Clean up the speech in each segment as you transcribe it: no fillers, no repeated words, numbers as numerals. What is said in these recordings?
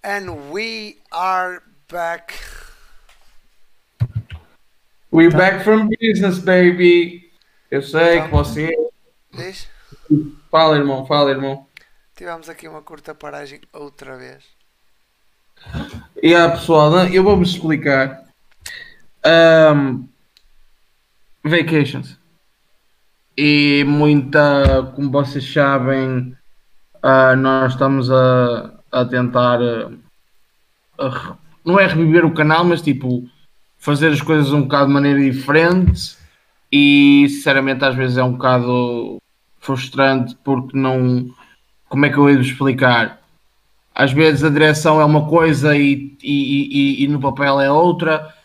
And we are back. We back from business, baby. Eu sei Então, que você. diz? Fala, irmão, fala, irmão. Tivemos aqui uma curta paragem outra vez. E a pessoal, eu vou-vos explicar. Ahm, Vacations. E muita, como vocês sabem, nós estamos a tentar, não é reviver o canal, mas tipo, fazer as coisas um bocado de maneira diferente. E sinceramente, às vezes é um bocado frustrante porque não. Como é que eu ia explicar? Às vezes a direção é uma coisa e no papel é outra,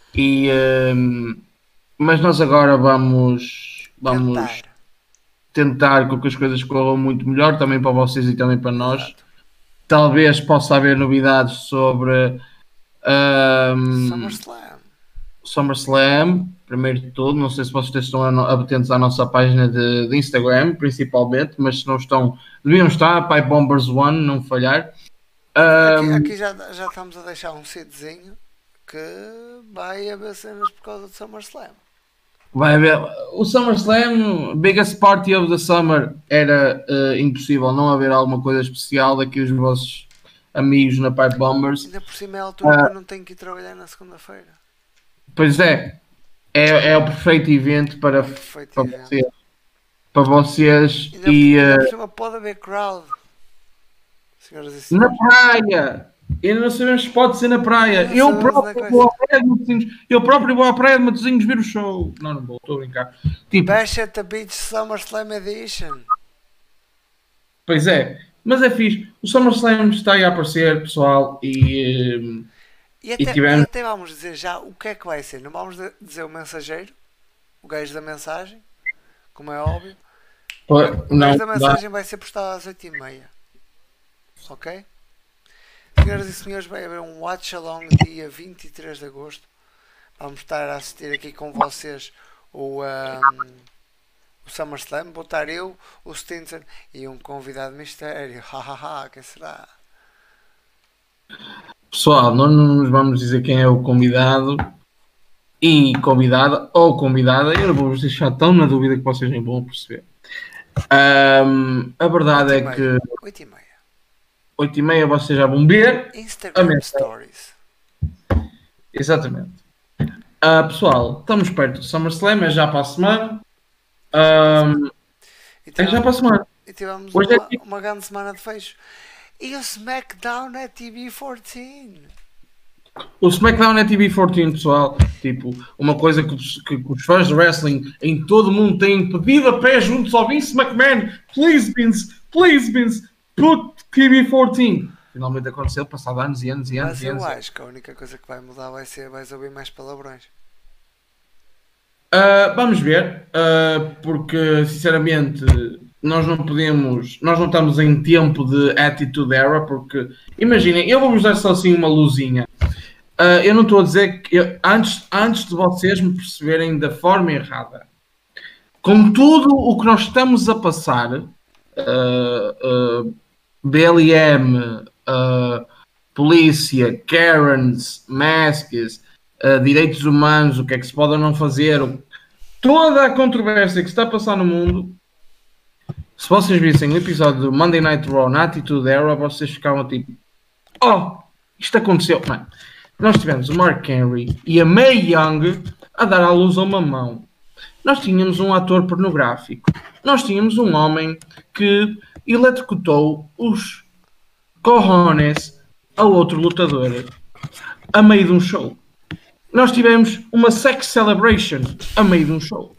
mas nós agora vamos Tentar. tentar com que as coisas corram muito melhor, também para vocês e também para nós. Exato. Talvez possa haver novidades sobre SummerSlam. SummerSlam, primeiro de tudo. Não sei se vocês estão atentos à nossa página de Instagram, principalmente, mas se não estão, deviam estar, Pipe Bombers One, não falhar. Aqui já estamos a deixar um seedzinho que vai haver cenas por causa do SummerSlam. Vai haver o SummerSlam, biggest party of the summer. Era impossível não haver alguma coisa especial daqui os vossos amigos na Pipe Bombers. Ainda por cima é a altura que eu não tenho que ir trabalhar na segunda-feira. Pois é o perfeito evento para vocês. Para vocês Ainda por cima pode haver crowd. Senhoras e senhores. Na praia. Ainda não sabemos se pode ser na praia. Eu próprio vou à praia de Matosinhos ver o show. Não vou, estou a brincar. Tipo, Bash at the Beach SummerSlam Edition. Pois é, mas é fixe. O SummerSlam está aí a aparecer, pessoal, e até vamos dizer já o que é que vai ser. Não vamos dizer o mensageiro, o gajo da mensagem, como é óbvio. O gajo da mensagem vai ser postado às 8h30. Ok? Senhoras e senhores, vai haver um watch along dia 23 de agosto. Vamos estar a assistir aqui com vocês o SummerSlam. Vou estar eu, o Stinson e um convidado mistério. Hahaha, quem será? Pessoal, não nos vamos dizer quem é o convidado e convidada ou convidada. Eu vou-vos deixar tão na dúvida que vocês nem vão perceber. A verdade é que 8h30. 8h30 vocês já vão ver Instagram Stories. Exatamente. Pessoal, estamos perto do SummerSlam, é já para a semana. É já para a semana. E tivemos uma grande semana de fecho. E o SmackDown é TV14. O SmackDown é TV14, pessoal. Tipo, uma coisa que os fãs de wrestling em todo o mundo têm pedido a pé juntos ao Vince McMahon. Please, Vince, put TV14. Finalmente aconteceu, passado anos e anos e anos. Mas eu acho que a única coisa que vai mudar vai ser vais ouvir mais palavrões. Vamos ver, porque sinceramente nós não estamos em tempo de Attitude Era, porque imaginem, eu vou-vos dar só assim uma luzinha. Eu não estou a dizer que antes de vocês me perceberem da forma errada, com tudo o que nós estamos a passar, BLM, polícia, Karens, masks, direitos humanos, o que é que se pode ou não fazer, toda a controvérsia que está a passar no mundo. Se vocês vissem o episódio do Monday Night Raw na Attitude Era, vocês ficavam tipo, isto aconteceu. Mano, nós tivemos o Mark Henry e a Mae Young a dar à luz a uma mão. Nós tínhamos um ator pornográfico. Nós tínhamos um homem que eletrocutou os cojones a outro lutador a meio de um show. Nós tivemos uma sex celebration a meio de um show.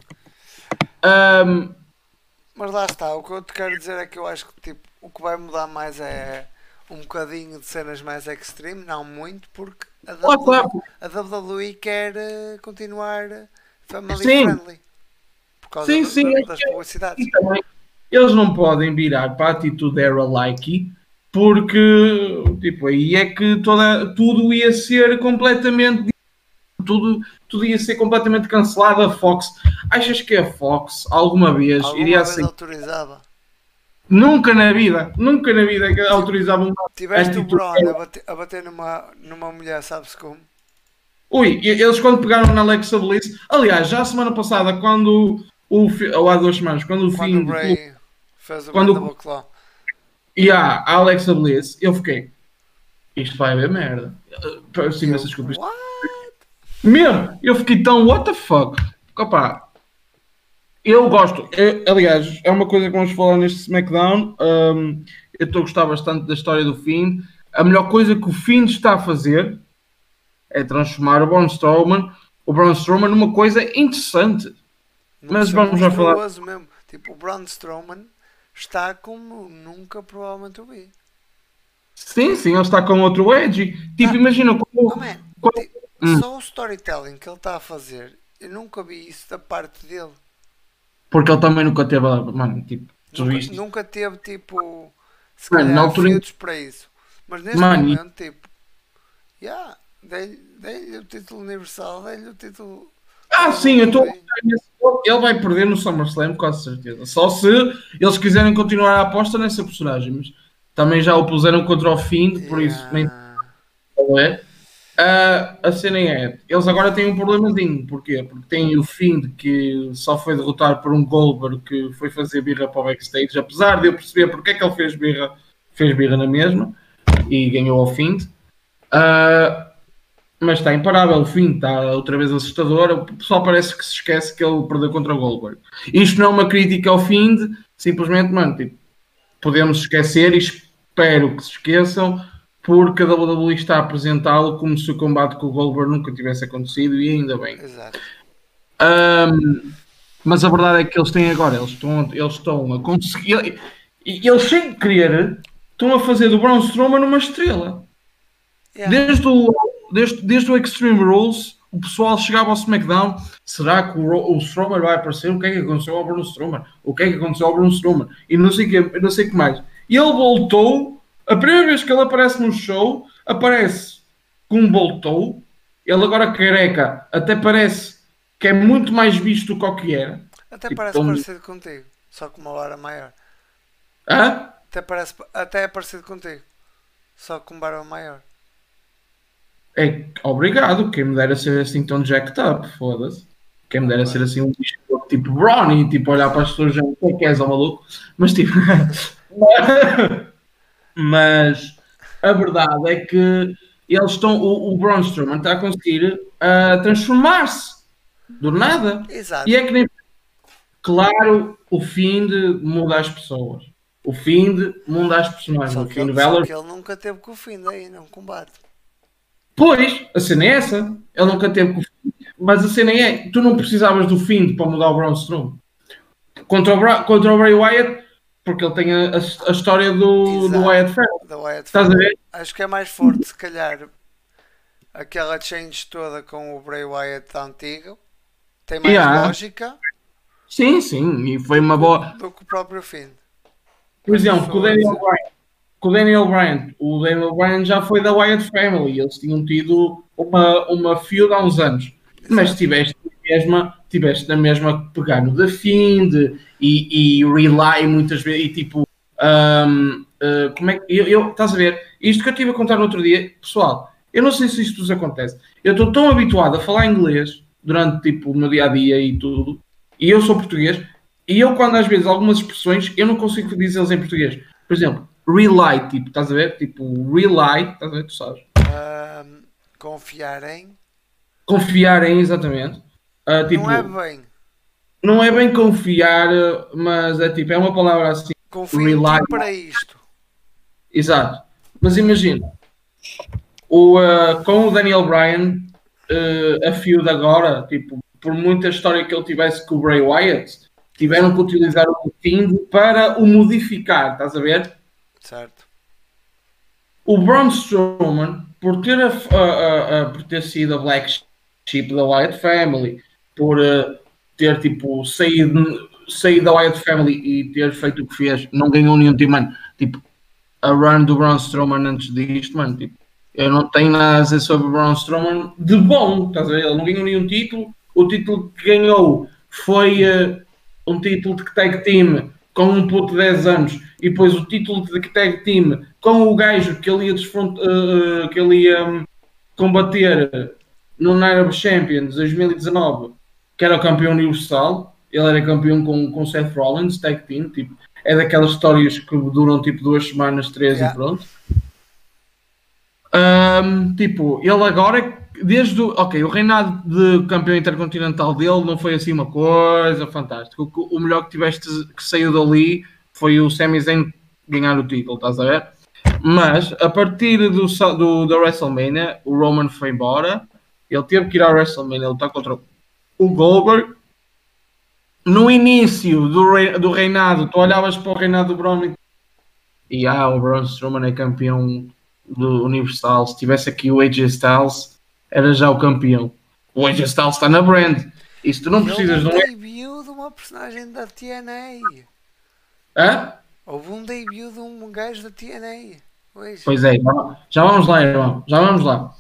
Mas lá está, o que eu te quero dizer é que eu acho que tipo, o que vai mudar mais é um bocadinho de cenas mais extreme, não muito, porque a WWE quer continuar family friendly. Por causa das publicidades. Eles não podem virar para a Attitude Era like, porque tipo, aí é que tudo ia ser completamente tudo ia ser completamente cancelado. A Fox, achas que a Fox alguma vez iria autorizava? Nunca na vida que autorizavam. Tiveste o Braun a bater numa mulher, sabe-se como? Ui, eles quando pegaram na Alexa Bliss, aliás, já a semana passada, quando ou há 2 semanas, quando o Quando fim o Bray fez o quando double claw. E a Alexa Bliss, eu fiquei, isto vai haver merda. Peço imensas desculpas. Mesmo, eu fiquei tão, what the fuck? Opa, eu gosto, aliás, é uma coisa que vamos falar neste SmackDown. Eu estou a gostar bastante da história do Fiend. A melhor coisa que o Fiend está a fazer é transformar o Braun Strowman numa coisa interessante. Mas vamos já falar. Mesmo. Tipo, o Braun Strowman está como nunca provavelmente o vi. Sim, ele está com outro edge. Tipo, imagina como. Só o storytelling que ele está a fazer, eu nunca vi isso da parte dele. Porque ele também nunca teve, mano, tipo, nunca teve, tipo, se calhar, feudos para isso. Mas neste momento, tipo, dei-lhe o título universal, dei-lhe o título... sim, eu estou... Ele vai perder no SummerSlam, com certeza. Só se eles quiserem continuar a aposta nessa personagem. Mas também já o puseram contra o Fiend, por isso... Não é? A cena é, eles agora têm um problemazinho. Porquê? Porque tem o Fiend que só foi derrotar por um Goldberg que foi fazer birra para o backstage, apesar de eu perceber porque é que ele fez birra na mesma e ganhou ao Fiend. Mas está imparável, o Fiend está outra vez assustador. O pessoal parece que se esquece que ele perdeu contra o Goldberg. Isto não é uma crítica ao Fiend, simplesmente, mano, tipo, podemos esquecer e espero que se esqueçam, porque a WWE está a apresentá-lo como se o combate com o Goldberg nunca tivesse acontecido, e ainda bem. Exato. Mas a verdade é que eles têm agora, eles estão a conseguir, e eles sem querer estão a fazer do Braun Strowman uma estrela. Desde o Extreme Rules, o pessoal chegava ao SmackDown, será que o Strowman vai aparecer? O que é que aconteceu ao Braun Strowman? O que é que aconteceu ao Braun Strowman? E não sei o que mais. E ele voltou. A primeira vez que ele aparece no show, aparece com um voltou. Ele agora careca, até parece que é muito mais visto do que o que era. Até parece parecido contigo, só com uma hora maior. Hã? Até é parecido contigo, só com barba maior. Obrigado, quem me dera ser assim tão jacked up, foda-se. Quem me dera ser assim um bicho tipo Ronnie, tipo olhar para as pessoas e dizer, que és, ó maluco? Mas tipo... Mas a verdade é que eles estão, o Braun Strowman está a conseguir transformar-se do nada. Exato. E é que nem... Claro, o Fiend muda as pessoas. O Fiend muda as personagens. Só que ele nunca teve com o Fiend aí num combate. Pois, a cena é essa. Ele nunca teve com o Fiend. Mas a cena é, tu não precisavas do Fiend para mudar o Braun Strowman. Contra o Bray Wyatt, porque ele tem a história do Wyatt Family. Estás a ver? Acho que é mais forte, se calhar, aquela change toda com o Bray Wyatt antigo. Tem mais lógica. Sim, e foi uma boa... Do que o próprio Fiend. Por exemplo, com o Daniel Bryan já foi da Wyatt Family. Eles tinham tido uma feud há uns anos. Exato. Mas tiveste na mesma pegar no The Fiend e Rely muitas vezes e tipo como é que estás a ver? Isto que eu estive a contar no outro dia, pessoal, eu não sei se isto vos acontece. Eu estou tão habituado a falar inglês durante tipo o meu dia a dia e tudo, e eu sou português, e eu quando às vezes algumas expressões eu não consigo dizê-las em português. Por exemplo, rely, tipo, estás a ver? Tipo, rely, estás a ver? Tu sabes? Confiar em, exatamente. Tipo, não é bem confiar, mas é tipo, é uma palavra assim. Confio para isto. Exato. Mas imagina, com o Daniel Bryan, a feud agora, tipo, por muita história que ele tivesse com o Bray Wyatt, tiveram que utilizar o Fiend para o modificar, estás a ver? Certo. O Braun Strowman, por ter sido a Black Sheep da Wyatt Family, por ter tipo saído da Wyatt Family e ter feito o que fez, não ganhou nenhum time, mano. Tipo, a run do Braun Strowman antes disto, mano, tipo, eu não tenho nada a dizer sobre o Braun Strowman de bom, estás a ver? Ele não ganhou nenhum título. O título que ganhou foi um título de tag team com um puto de 10 anos e depois o título de tag team com o gajo que ele ia combater no Night of Champions 2019, que era o campeão universal. Ele era campeão com Seth Rollins, tag team, tipo, é daquelas histórias que duram tipo 2 semanas, 3 e pronto. Tipo, ele agora, desde o reinado de campeão intercontinental dele não foi assim uma coisa fantástica. O melhor que tiveste que saiu dali foi o Sami Zayn ganhar o título, estás a ver? Mas a partir da WrestleMania, o Roman foi embora, ele teve que ir à WrestleMania lutar contra o Goldberg. No início do reinado, tu olhavas para o reinado do Braun e o Braun Strowman é campeão do Universal. Se tivesse aqui o AJ Styles, era já o campeão. O AJ Styles está na brand. E se tu não precisas de um debut de uma personagem da TNA. Hã? Houve um debut de um gajo da TNA. Hoje. Pois é, já vamos lá, irmão. Já vamos lá.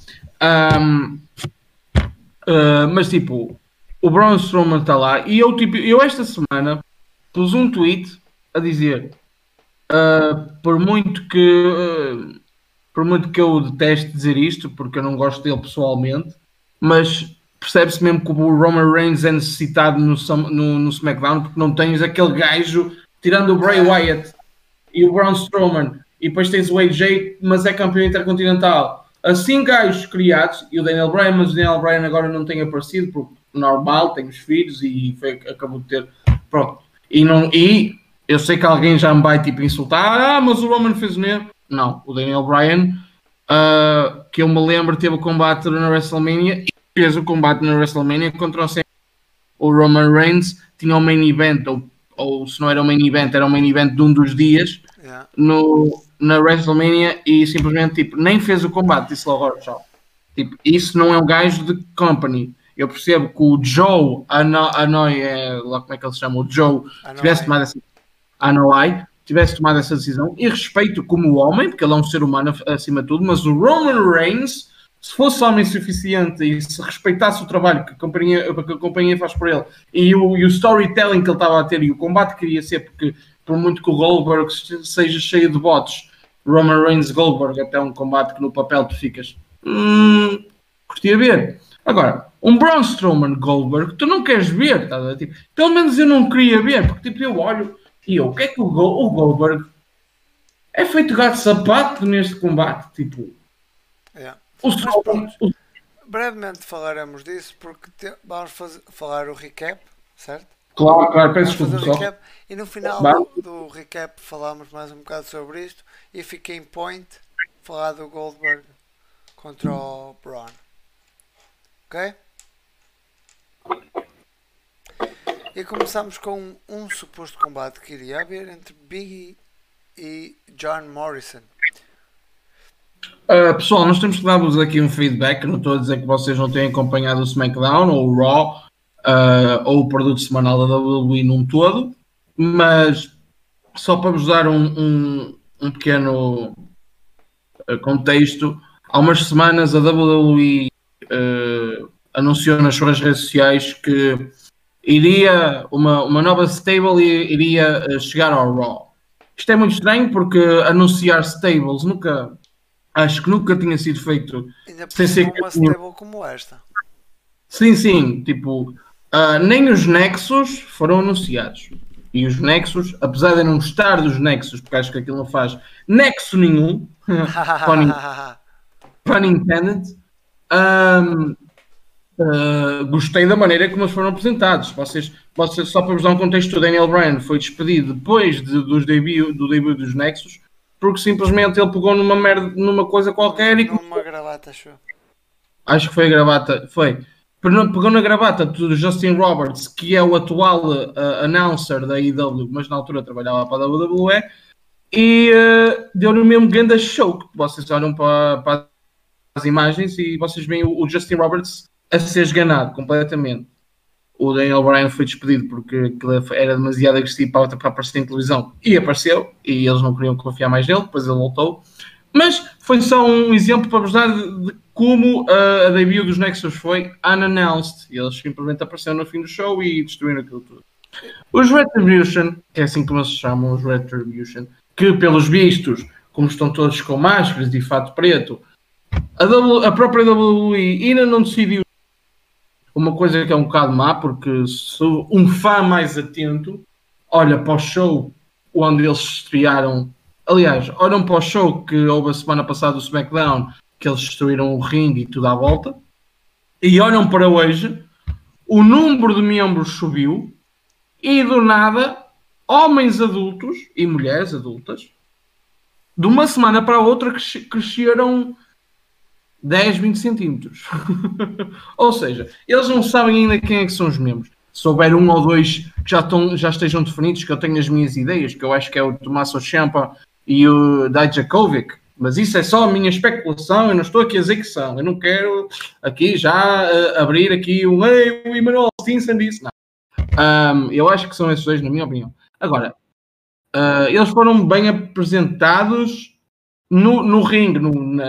Mas tipo, o Braun Strowman está lá e eu esta semana pus um tweet a dizer por muito que eu deteste dizer isto, porque eu não gosto dele pessoalmente, mas percebe-se mesmo que o Roman Reigns é necessitado no SmackDown, porque não tens aquele gajo, tirando o Bray Wyatt e o Braun Strowman, e depois tens o AJ, mas é campeão intercontinental. Assim gajos criados, e o Daniel Bryan, mas o Daniel Bryan agora não tem aparecido, porque normal, tem os filhos e acabou de ter, pronto. E eu sei que alguém já me vai tipo insultar, mas o Roman fez o mesmo. Não, o Daniel Bryan, que eu me lembro, teve o combate na WrestleMania e fez o combate na WrestleMania contra o Roman Reigns. Tinha um main event, ou se não era um main event, era um main event de um dos dias na WrestleMania e simplesmente tipo, nem fez o combate, disse logo tchau. Tipo, isso não é um gajo de company. Eu percebo que o Joe Anoa'i, lá como é que ele se chama, o Joe, tivesse tomado essa decisão, e respeito como homem, porque ele é um ser humano acima de tudo, mas o Roman Reigns, se fosse homem suficiente e se respeitasse o trabalho que a companhia faz por ele e o storytelling que ele estava a ter e o combate que queria ser, porque por muito que o Goldberg seja cheio de bots, Roman Reigns Goldberg até um combate que no papel tu ficas curtia ver. Agora, um Braun Strowman Goldberg tu não queres ver, tá? Tipo, pelo menos eu não queria ver, porque tipo, eu olho e o que é que o Goldberg é feito gato sapato neste combate, tipo. Brevemente falaremos disso porque vamos falar o recap, certo? Claro, peço desculpa. E no final do recap falamos mais um bocado sobre isto e fiquei em point falar do Goldberg contra o Braun. Ok? E começamos com um suposto combate que iria haver entre Big E e John Morrison. Pessoal, nós temos que dar-vos aqui um feedback. Não estou a dizer que vocês não têm acompanhado o SmackDown ou o Raw ou o produto semanal da WWE num todo, mas só para vos dar um pequeno contexto, há umas semanas a WWE anunciou nas suas redes sociais que iria uma nova stable iria chegar ao Raw. Isto é muito estranho porque anunciar stables acho que nunca tinha sido feito sem ser uma stable como esta. Sim, tipo, nem os Nexus foram anunciados. E os Nexus, apesar de eu não gostar dos Nexus, porque acho que aquilo não faz nexo nenhum, pun intended, gostei da maneira como eles foram apresentados. Vocês, só para vos dar um contexto, o Daniel Bryan foi despedido depois do debut dos Nexus, porque simplesmente ele pegou numa coisa qualquer e... Numa gravata, acho que foi a gravata, foi. Pegou na gravata do Justin Roberts, que é o atual announcer da IW, mas na altura trabalhava para a WWE, e deu-lhe o mesmo grande show, que vocês olham para as imagens e vocês veem o Justin Roberts a ser esganado completamente. O Daniel Bryan foi despedido porque era demasiado agressivo para aparecer em televisão, e apareceu, e eles não queriam confiar mais nele, depois ele voltou. Mas foi só um exemplo para vos dar de como a debut dos Nexus foi unannounced. E eles simplesmente apareceram no fim do show e destruíram aquilo tudo. Os Retribution, que é assim como se chamam, os Retribution, que pelos vistos, como estão todos com máscaras e fato preto, a própria WWE ainda não decidiu uma coisa que é um bocado má, porque se um fã mais atento olha para o show onde eles estrearam, aliás, olham para o show que houve a semana passada do SmackDown, que eles destruíram o ringue e tudo à volta, e olham para hoje, o número de membros subiu e do nada, homens adultos e mulheres adultas, de uma semana para a outra cresceram 10, 20 centímetros. Ou seja, eles não sabem ainda quem é que são os membros. Se houver um ou dois que já estejam definidos, que eu tenho as minhas ideias, que eu acho que é o Tommaso Ciampa e o Dijakovic, mas isso é só a minha especulação, eu não estou aqui a dizer que são, eu não quero aqui já abrir aqui o Emmanuel Stinson disse, não. Eu acho que são esses dois, na minha opinião. Agora, eles foram bem apresentados no ringue,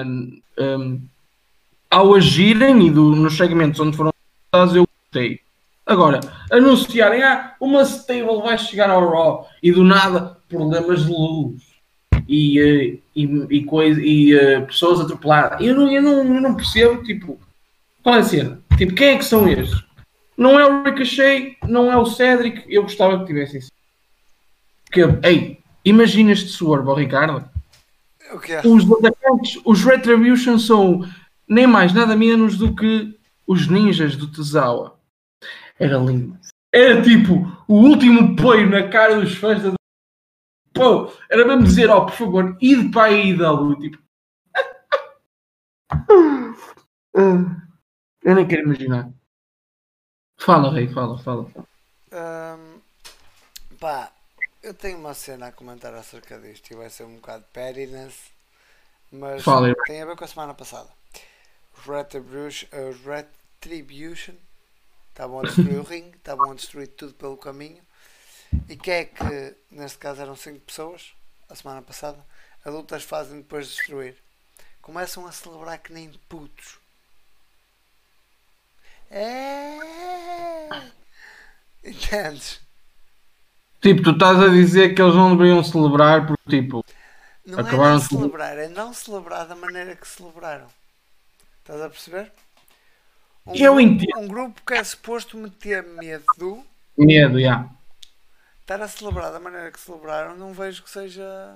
ao agirem e nos segmentos onde foram apresentados, eu gostei. Agora, anunciarem, uma stable vai chegar ao Raw e do nada problemas de luz e pessoas atropeladas. Eu não percebo, tipo, qual é a cena? Tipo, quem é que são estes? Não é o Ricochet, não é o Cedric, eu gostava que tivessem isso. Porque, imagina este Swerve, Ricardo. Os atacantes, os Retribution são nem mais, nada menos do que os ninjas do Tozawa. Era lindo. Era tipo o último apoio na cara dos fãs da. Pô, era mesmo dizer, por favor, ide para a IW. Tipo. Eu nem quero imaginar. Fala, Rei, fala. Pá, eu tenho uma cena a comentar acerca disto e vai ser um bocado pettiness, mas fala, tem a ver com a semana passada. Os Retribution estavam a destruir o ringue, estavam a destruir tudo pelo caminho. E que é que, neste caso eram 5 pessoas, a semana passada, adultas fazem depois de destruir? Começam a celebrar que nem putos. Entendes? Tipo, tu estás a dizer que eles não deveriam celebrar porque, tipo, não acabaram é não celebrar, é não celebrar da maneira que celebraram. Estás a perceber? Um grupo que é suposto meter medo. Medo, já. Estar a celebrar da maneira que celebraram, não vejo que seja.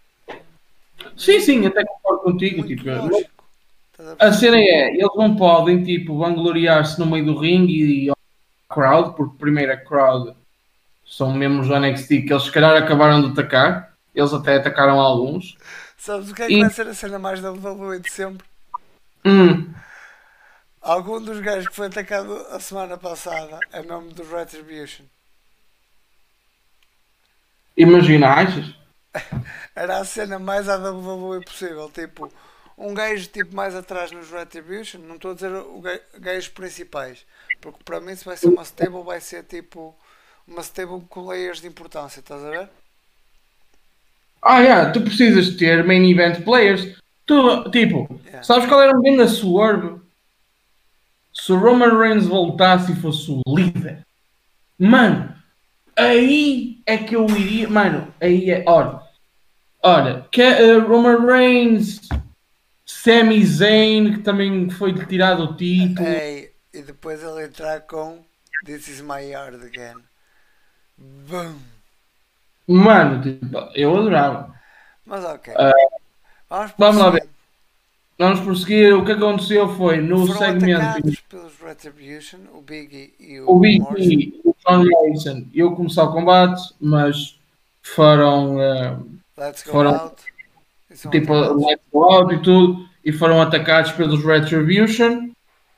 Sim, até concordo contigo. Tipo, a cena é, eles não podem, tipo, vangloriar-se no meio do ringue e crowd, porque primeiro a crowd são membros do NXT que eles se calhar acabaram de atacar. Eles até atacaram alguns. Sabes o que é que vai ser a cena mais da WWE de sempre? Algum dos gajos que foi atacado a semana passada é mesmo do Retribution. Imagina, achas? Era a cena mais à WWE possível. Tipo, um gajo tipo, mais atrás nos Retribution. Não estou a dizer gajos principais. Porque para mim se vai ser uma stable, vai ser tipo uma stable com layers de importância. Estás a ver? Tu precisas ter main event players. Tu, tipo, sabes qual era o grande Swerve? Se o Roman Reigns voltasse e fosse o líder, mano, aí é que eu iria, mano, aí é, olha, Roman Reigns, Sami Zayn, que também foi tirado o título. E depois ele entrar com This is my yard again. Boom! Mano, tipo, eu adorava. Mas ok. Vamos lá ver. Vamos prosseguir. O que aconteceu foi no foram segmento. Atacados pelos Retribution, o Biggie e o Biggie e o John Morrison iam começar o combate, mas foram. Let's go out. Tipo, Let's go out e tudo. E foram atacados pelos Retribution.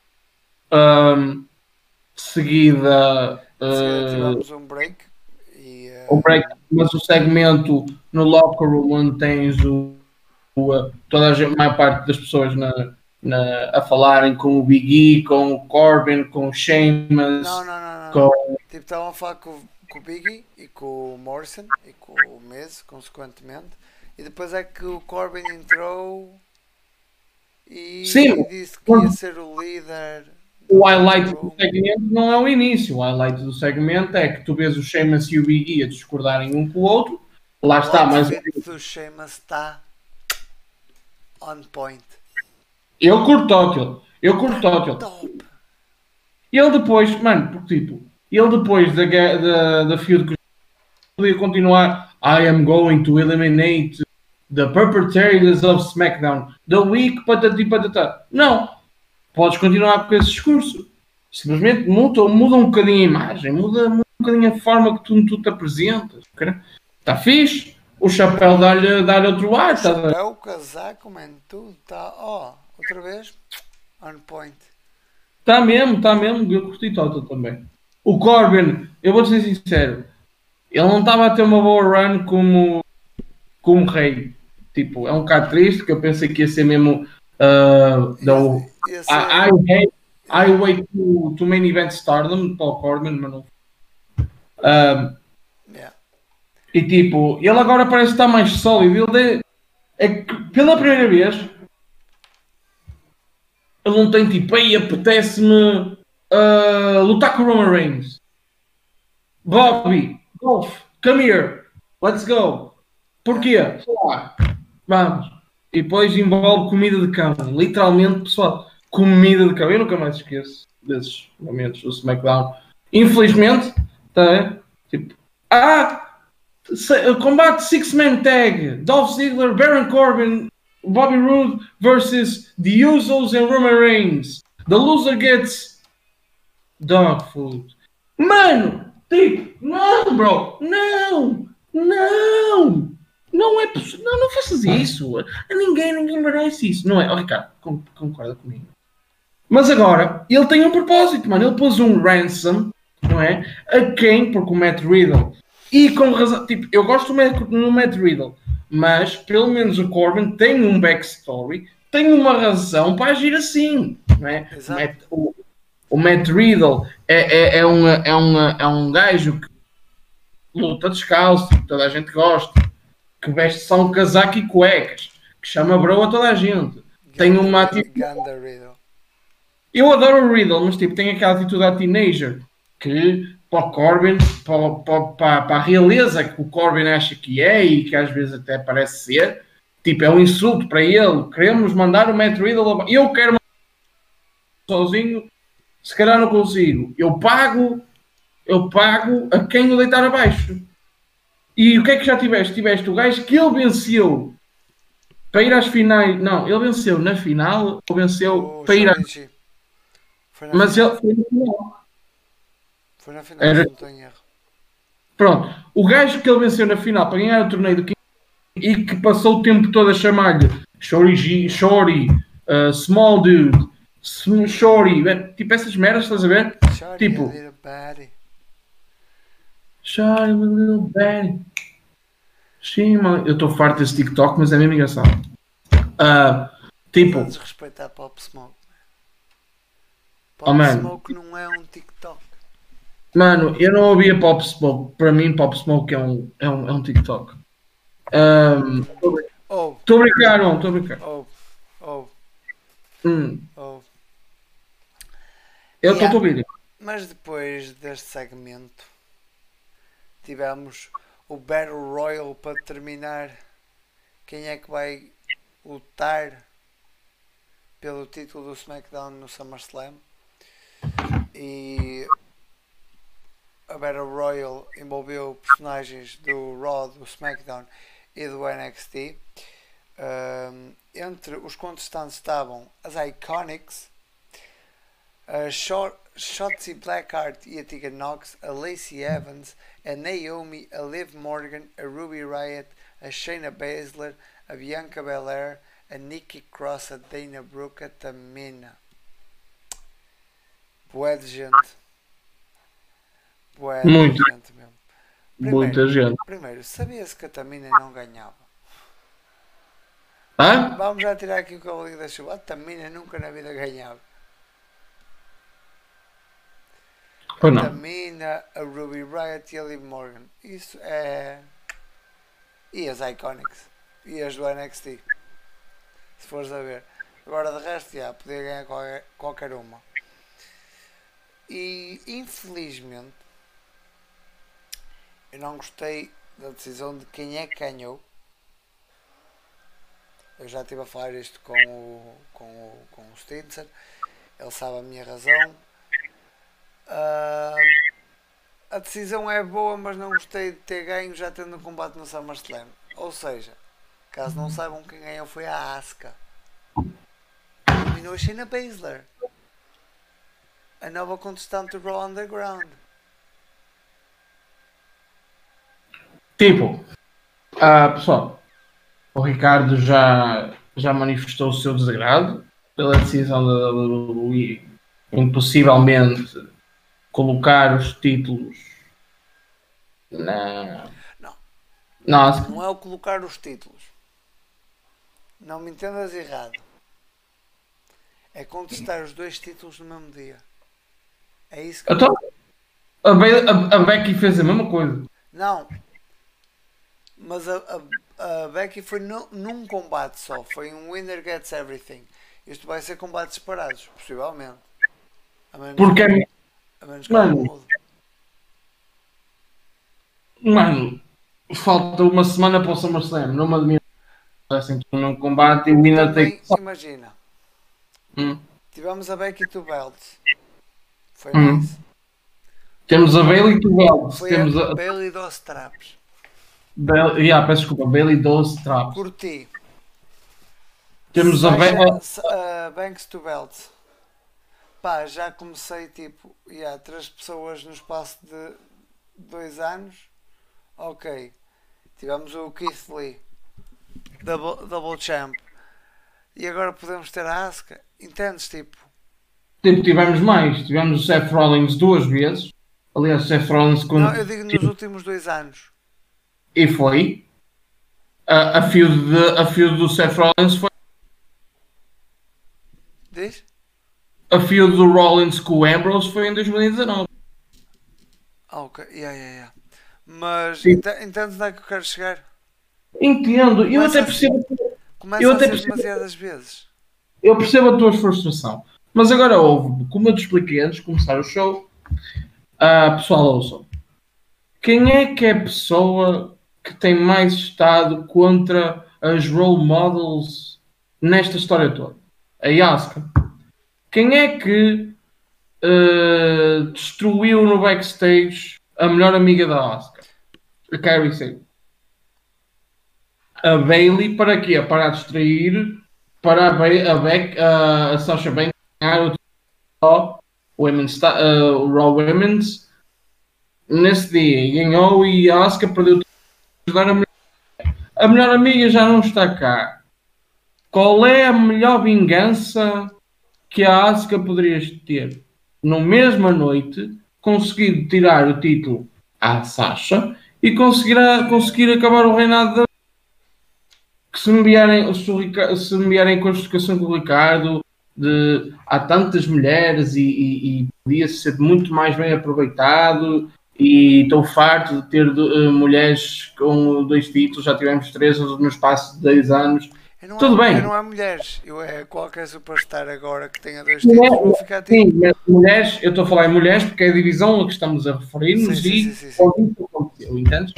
Seguida. Tivemos um break. Mas o segmento no locker room onde tens toda a maior parte das pessoas a falarem com o Big E, com o Corbin, com o Sheamus. Não. Tipo, estavam a falar com o Big E e com o Morrison e com o Miz, consequentemente. E depois é que o Corbin entrou e disse que ia ser o líder o highlight do segmento não é o início. O highlight do segmento é que tu vês o Sheamus e o Big E a discordarem um com o outro. Lá está, mas o Sheamus está on point. Eu curto aquilo. Ele depois, mano, porque tipo, ele depois da feud que podia continuar. I am going to eliminate the perpetrators of SmackDown. The week, patati patatá. Não. Podes continuar com esse discurso. Simplesmente muda um bocadinho a imagem, muda um bocadinho a forma que tu te apresentas. Está fixe. O chapéu dá-lhe outro ar. O chapéu, o casaco, mano, tudo está. Outra vez, on point. Está mesmo. Eu curti Toto também. O Corbin, eu vou ser sincero, ele não estava a ter uma boa run como rei. Tipo, é um bocado triste, que eu pensei que ia ser mesmo. I wait to main event stardom para o Corbin, mas não. E tipo, ele agora parece estar mais sólido. É que pela primeira vez ele não tem tipo, aí apetece-me lutar com o Roman Reigns. Bobby, Golf, come here, let's go. Porquê? Vamos. E depois envolve comida de cão. Literalmente, pessoal, comida de cão. Eu nunca mais esqueço desses momentos do SmackDown. Infelizmente, tá? Tipo, combate Six-Man Tag, Dolph Ziggler, Baron Corbin, Bobby Roode versus The Usos and Roman Reigns. The loser gets dog food. Mano, tipo, não, bro, não é possível, não faças isso. Ninguém merece isso, não é? Oh, Ricardo, concorda comigo. Mas agora, ele tem um propósito, mano. Ele pôs um ransom, não é? A quem? Porque o Matt Riddle. E com razão, tipo, eu gosto do Matt Riddle, mas pelo menos o Corbin tem um backstory, tem uma razão para agir assim, não é? O Matt Riddle é um gajo que luta descalço, que toda a gente gosta, que veste só um casaco e cuecas, que chama bro a toda a gente. Tem uma atitude. Eu adoro o Riddle, mas tipo, tem aquela atitude a teenager que para o Corbin, para a realeza que o Corbin acha que é e que às vezes até parece ser, tipo, é um insulto para ele. Queremos mandar o Matt Riddle. Eu quero sozinho, se calhar não consigo. Eu pago a quem o deitar abaixo. E o que é que já tiveste? Tiveste o gajo que ele venceu para ir às finais. Não, ele venceu na final ou venceu para ir às. Mas ele foi na final. Foi na final, não estou em erro. Pronto, o gajo que ele venceu na final para ganhar o torneio do King e que passou o tempo todo a chamar-lhe Shorty, Small Dude, Shorty, tipo essas merdas, estás a ver? Shorty, tipo, little baddie. Shorty, little baddie. Sim, mano, eu estou farto desse TikTok, mas é mesmo engraçado. Tipo. Desrespeitar Pop Smoke. Pop Smoke não é um TikTok. Mano, eu não ouvia Pop Smoke. Para mim, Pop Smoke é um TikTok. Estou a brincar, não, estou a brincar. Eu estou a ouvir. Mas depois deste segmento, tivemos o Battle Royal para determinar quem é que vai lutar pelo título do SmackDown no SummerSlam. E a Battle Royal envolveu personagens do Raw, do SmackDown e do NXT. Entre os contestados estavam as Iconics, a Shotzi Blackheart e a Tegan Nox, a Lacey Evans, a Naomi, a Liv Morgan, a Ruby Riott, a Shayna Baszler, a Bianca Belair, a Nikki Cross, a Dana Brooke, a Tamina. Bué de gente. Muita gente mesmo. Muita gente. Primeiro, sabia-se que a Tamina não ganhava. Vamos já tirar aqui o cavalinho da chuva. A Tamina nunca na vida ganhava. A Tamina, a Ruby Riott e a Liv Morgan. Isso é. E as Iconics. E as do NXT. Se fores a ver. Agora de resto, podia ganhar qualquer uma. E infelizmente eu não gostei da decisão de quem é que ganhou. Eu já estive a falar isto com o Stinson. Ele sabe a minha razão. A decisão é boa, mas não gostei de ter ganho já tendo um combate no SummerSlam. Ou seja, caso não saibam, quem ganhou foi a Asuka. Eliminou a Shayna Baszler, a nova contestante do Raw Underground. Tipo, pessoal, o Ricardo já manifestou o seu desagrado pela decisão da WWE em possivelmente colocar os títulos na... Não é o colocar os títulos. Não me entendas errado. É contestar os dois títulos no mesmo dia. É isso que... Então, a Becky fez a mesma coisa. Não. Mas a Becky foi num combate só. Foi um winner gets everything. Isto vai ser combates separados, possivelmente. A menos que mude. Mano, falta uma semana para o SummerSlam. Não me admiro assim num combate e o winner tem... Imagina. Tivemos a Becky to Belt. Foi nice. Temos a Bayley to Belt. Temos a Bayley dos Traps. Peço desculpa, Bayley dos Traps. Curti. Temos a Banks to Belt. Pá, já comecei tipo, 3 pessoas no espaço de 2 anos. Ok. Tivemos o Keith Lee, Double Champ. E agora podemos ter a Asuka. Entendes, tipo? Tivemos mais. Tivemos o Seth Rollins 2 vezes. Aliás, o Seth Rollins... Não, eu digo nos últimos 2 anos. E foi. A feud do Seth Rollins foi... Diz? A feud do Rollins com o Ambrose foi em 2019. Ok, Mas entendes onde é que eu quero chegar? Entendo, eu até percebo. Começa a ser demasiadas vezes. Eu percebo a tua frustração. Mas agora houve, como eu te expliquei antes de começar o show, pessoal, ouçam. Quem é que é a pessoa que tem mais estado contra as role models nesta história toda? A Asuka. Quem é que destruiu no backstage a melhor amiga da Asuka? A Kairi Sane. A Bayley para quê? Para a distrair, para a Sasha Banks ganhar o Raw Women's nesse dia. Ganhou e a Asuka perdeu tudo. A melhor amiga já não está cá. Qual é a melhor vingança que a Asuka poderia ter? Na mesma noite, conseguir tirar o título à Sasha e conseguir acabar o reinado da... Que se me enviarem com a justificação do Ricardo, há tantas mulheres e podia ser muito mais bem aproveitado, e estou farto de ter mulheres com 2 títulos, já tivemos 3 no espaço de 10 anos. Tudo bem. Não há mulheres, qualquer superstar agora que tenha 2 títulos vou ficar tipo... Sim, mas mulheres, eu estou a falar em mulheres porque é a divisão a que estamos a referir-nos e isso aconteceu, entendes?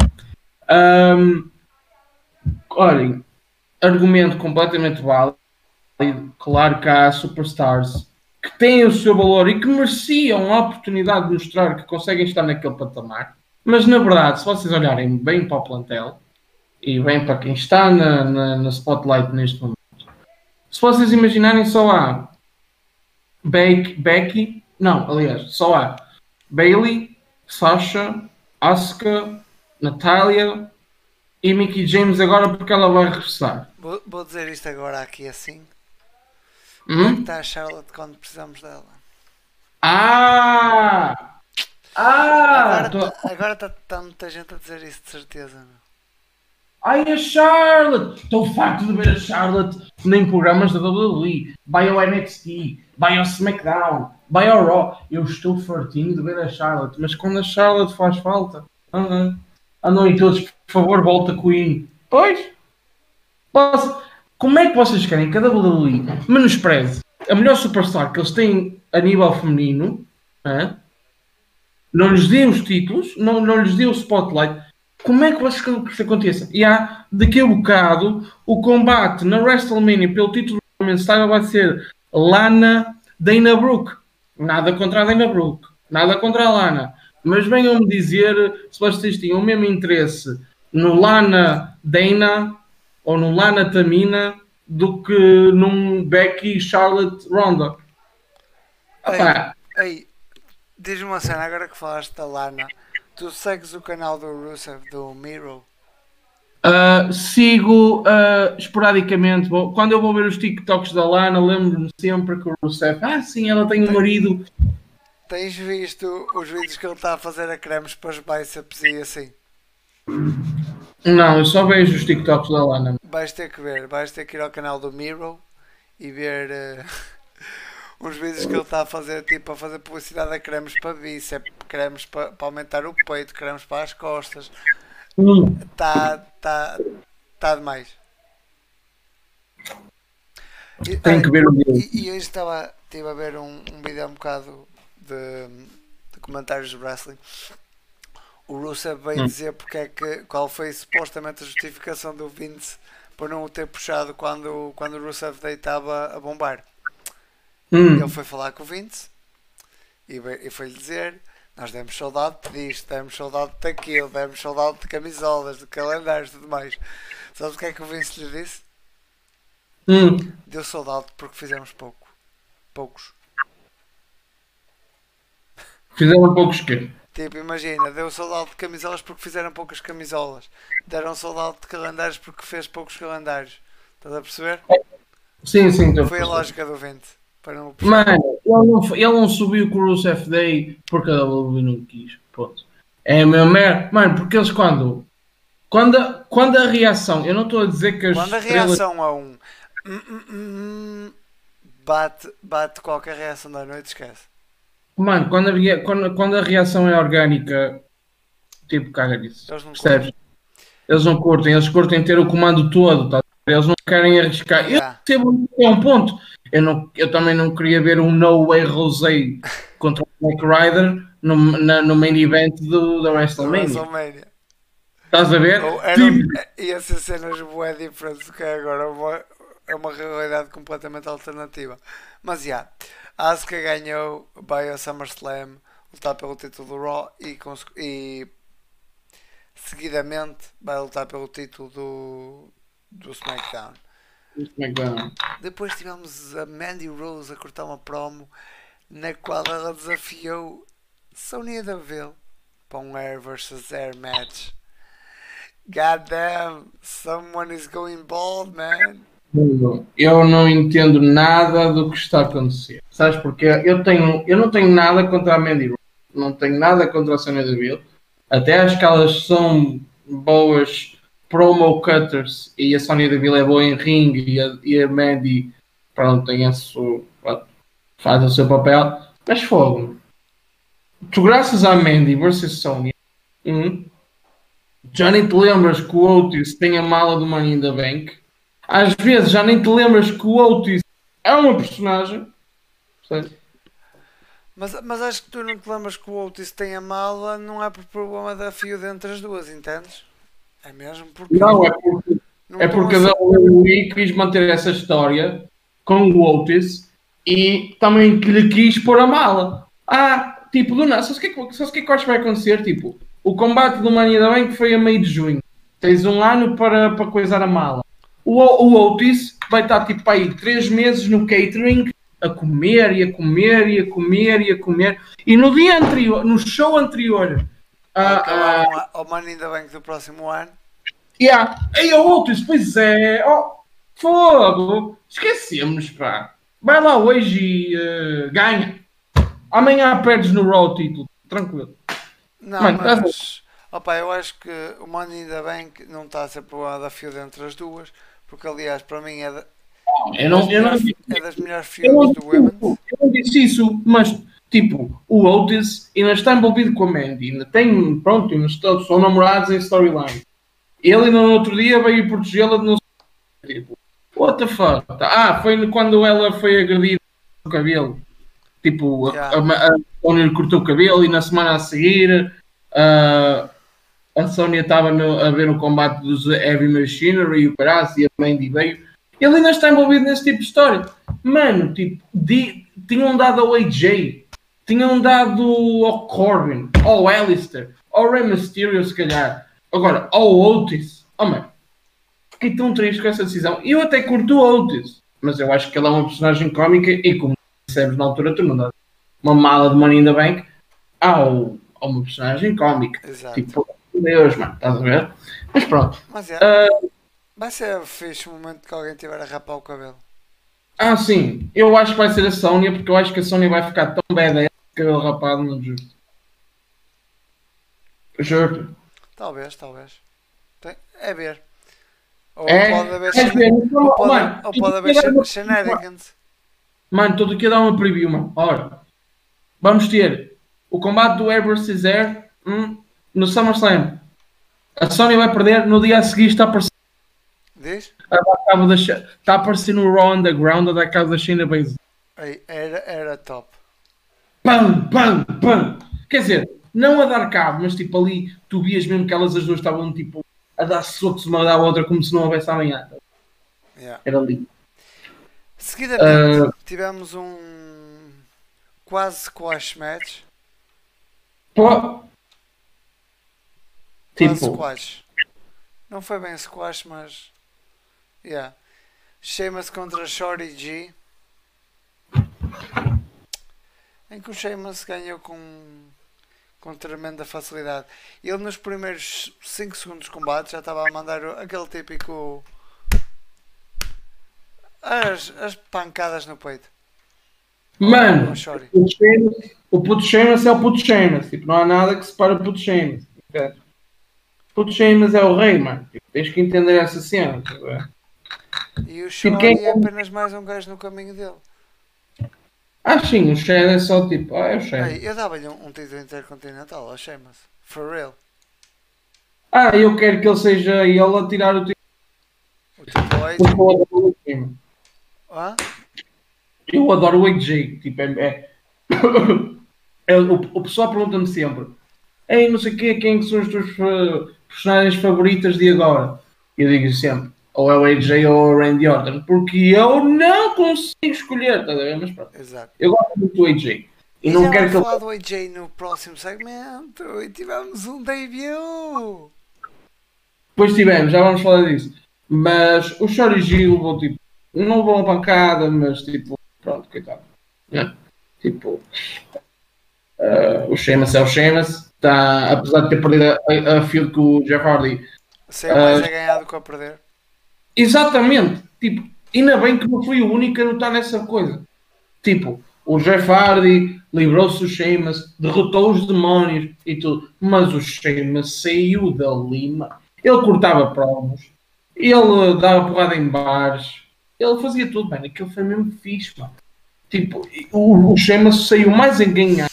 Olhem, argumento completamente válido. Claro que há superstars que têm o seu valor e que mereciam a oportunidade de mostrar que conseguem estar naquele patamar, mas na verdade, se vocês olharem bem para o plantel e bem para quem está na spotlight neste momento, se vocês imaginarem, só há Becky, não, aliás, só há Bayley, Sasha, Asuka, Natália e Mickie James agora porque ela vai regressar. Vou dizer isto agora aqui assim. Como é que está a Charlotte quando precisamos dela? Agora está muita gente a dizer isso, de certeza. Não? Ai, a Charlotte! Estou farto de ver a Charlotte nem programas da WWE. Vai ao NXT, vai ao SmackDown, vai ao Raw. Eu estou fartinho de ver a Charlotte, mas quando a Charlotte faz falta... Andam aí todos, por favor, volta Queen. Pois? Como é que vocês querem que a WWE menospreze a melhor superstar que eles têm a nível feminino não lhes dê os títulos, não lhes dê o spotlight. Como é que vocês querem que isso aconteça? E há, daqui a bocado, o combate na WrestleMania pelo título do Women's Title vai ser Lana Dana Brooke. Nada contra a Dana Brooke. Nada contra a Lana. Mas venham-me dizer se vocês tinham o mesmo interesse no Lana Dana ou no Lana Tamina do que num Becky Charlotte Ronda. Ei, diz-me uma cena, agora que falaste da Lana, tu segues o canal do Rusev, do Miro? Sigo esporadicamente. Quando eu vou ver os TikToks da Lana, lembro-me sempre que o Rusev, sim, ela tem um marido. Tens visto os vídeos que ele está a fazer a cremes para os bíceps e assim? Não, eu só vejo os TikToks da Lana. Vais ter que ir ao canal do Miro e ver uns vídeos que ele está a fazer, tipo a fazer publicidade a cremes para bíceps, cremes para aumentar o peito, cremes para as costas. Tá demais. Tenho que ver o vídeo. E hoje estive a ver um vídeo um bocado de comentários de wrestling. O Rusev veio dizer qual foi supostamente a justificação do Vince por não o ter puxado quando o Rusev estava a bombar. Ele foi falar com o Vince e foi-lhe dizer: nós demos saudade disto, demos saudade daquilo, demos saudade de camisolas, de calendários e tudo mais. Sabes o que é que o Vince lhe disse? Deu saudade porque fizemos poucos. Fizeram poucos quê? Tipo, imagina, deu saudade de camisolas porque fizeram poucas camisolas. Deram saudade de calendários porque fez poucos calendários. Estás a perceber? Sim. Foi a lógica do Vince. Mano, ele não subiu com o Rusev Day porque a WWE não quis. Pronto. É meu merda. Mano, porque eles quando a reação, eu não estou a dizer que as quando a reação a bate qualquer reação da noite, esquece. Mano, quando a reação é orgânica, tipo, caga disso. Percebes? Eles não curtem, eles curtem ter o comando todo, tá? Eles não querem arriscar. Eu percebo que é um ponto. Eu também não queria ver um No Way Rosé contra o Black Rider no main event da WrestleMania. Estás a ver? Ia ser cenas bué diferentes do que é agora. É uma realidade completamente alternativa. Mas a Asuka ganhou, vai ao SummerSlam, lutar pelo título do Raw e seguidamente vai lutar pelo título do SmackDown. Depois tivemos a Mandy Rose a cortar uma promo na qual ela desafiou Sonya Deville para um Air vs Air match. God damn, someone is going bald, man. Eu não entendo nada do que está a acontecer. Sabes porquê? Eu não tenho nada contra a Mandy Rose. Não tenho nada contra a Sonya Deville. Até acho que elas são boas promo cutters e a Sonya Deville é boa em ringue e a Mandy, pronto, faz o seu papel. Mas fogo. Tu, graças à Mandy versus Sonya, já nem te lembras que o Otis tem a mala do Money in the Bank. Às vezes já nem te lembras que o Otis é uma personagem. Mas acho que tu não te lembras que o Otis tem a mala, não é por problema da fio entre as duas, entendes? É mesmo porque... É porque a WWE quis manter essa história com o Otis e também lhe quis pôr a mala. Tipo, do nada, sabes o que é que acho que vai acontecer? Tipo, o combate do Money in the Bank foi a meio de junho. Tens um ano para coisar a mala. O Otis vai estar tipo aí 3 meses no catering a comer. E no dia anterior, no show anterior, ao Money in the Bank do próximo ano. Ei, Otis, pois é. Fogo. Esquecemos, pá. Vai lá hoje e ganha. Amanhã perdes no Raw o título. Tranquilo. Não, mas... eu acho que o Money in the Bank não está a ser problema da feud entre as duas. Porque, aliás, para mim é das melhores feuds do Women's. Eu não disse isso, mas, tipo, o Otis ainda está envolvido com a Mandy. Ainda tem, pronto, ainda são namorados em storyline. Ele no outro dia veio protegê-la de não sei. Tipo, what the fuck? Foi quando ela foi agredida no cabelo. Tipo, Yeah. a Sónia lhe cortou o cabelo e na semana a seguir a Sónia estava a ver o combate dos Heavy Machinery e o Caraço e a Mandy veio. Ele ainda está envolvido nesse tipo de história. Mano, tipo, tinham dado ao AJ, tinham dado ao Corbin, ao Alistair, ao Rey Mysterio, se calhar. Agora, ao Otis. Oh, mano, fiquei tão triste com essa decisão. Eu até curto o Otis, mas eu acho que ele é uma personagem cómica e, como dissemos na altura, tu não dás uma mala de Money in the Bank ao uma personagem cómica. Exato. Tipo, Deus, mano, estás a ver? Mas pronto. Mas vai ser fixe o momento que alguém tiver a rapar o cabelo. Sim, eu acho que vai ser a Sónia, porque eu acho que a Sónia vai ficar tão badass que cabelo rapado, não justo. Juro. Talvez. É ver. Ou É, pode haver, mano, ou pode haver shenanigans. Mano, estou aqui a dar uma preview, mano. Ora, vamos ter o combate do Air vs Air no SummerSlam. A Sónia vai perder, no dia a seguir está a aparecer. Diz? Está a aparecer no Raw Underground a dar cabo da Shayna Baszler. Era top. Pam, pam, pam. Quer dizer, não a dar cabo, mas tipo ali tu vias mesmo que elas as duas estavam tipo a dar socos uma da outra como se não houvesse amanhã. Yeah. Era ali. Seguidamente tivemos um quase squash match. Pô. Quase Tipo. squash. Não foi bem squash, mas. Yeah. Sheamus contra Shorty G. Em que o Sheamus ganhou com tremenda facilidade. Ele nos primeiros 5 segundos de combate já estava a mandar aquele típico. As pancadas no peito. Mano, o puto Sheamus é o puto Sheamus. Tipo, não há nada que separe o puto Sheamus. O puto Sheamus é o rei, mano. Tipo, tens que entender essa cena. E o Shorty é apenas mais um gajo no caminho dele. Sim, o Sheamus é só tipo, é o Sheamus. Eu dava-lhe um título intercontinental ao Sheamus. For real. Eu quero que ele seja ele a tirar o título. O título Eu adoro o AJ. Tipo, o pessoal pergunta-me sempre: ei, não sei o quê, quem são as tuas personagens favoritas de agora? Eu digo sempre: ou é o AJ ou é o Randy Orton, porque eu não consigo escolher, tá a ver? Mas pronto. Exato. Eu gosto muito do AJ. E não quero falar do AJ no próximo segmento. E tivemos um debut. Depois tivemos, já vamos falar disso. Mas o Shorty G levou tipo, não levou uma pancada, mas tipo, pronto, coitado. Tipo, o Sheamus é o Sheamus. Tá, apesar de ter perdido a field com o Jeff Hardy. Saiu mais a ganhar do que a perder. Exatamente. Tipo, ainda bem que não fui o único a notar nessa coisa. Tipo, o Jeff Hardy livrou-se do Sheamus, derrotou os demónios e tudo. Mas o Sheamus saiu dali, mano. Ele cortava promos, ele dava porrada em bares, ele fazia tudo, mano. Aquilo foi mesmo fixe, mano. Tipo, o Sheamus saiu mais a ganhar.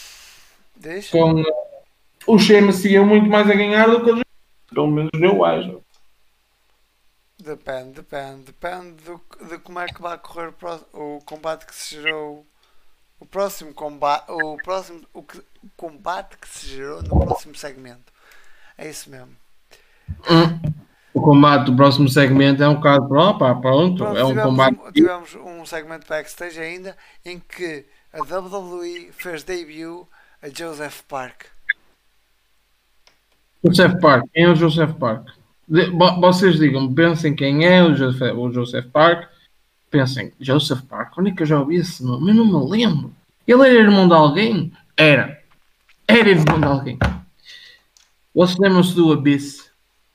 O Sheamus saiu muito mais a ganhar do que o Sheamus. Pelo menos eu acho. Depende de como é que vai correr o combate que se gerou. O combate que se gerou no próximo segmento. É isso mesmo. O combate do próximo segmento é um bocado pronto. É um combate. Tivemos um segmento backstage ainda em que a WWE fez debut a Joseph Park. Joseph Park, quem é o Joseph Park? Vocês digam, pensem quem é o Joseph Park. Pensem, Joseph Park, onde é que eu já ouvi esse nome? Eu não me lembro. Ele era irmão de alguém? Era irmão de alguém. Vocês lembram-se do Abyss?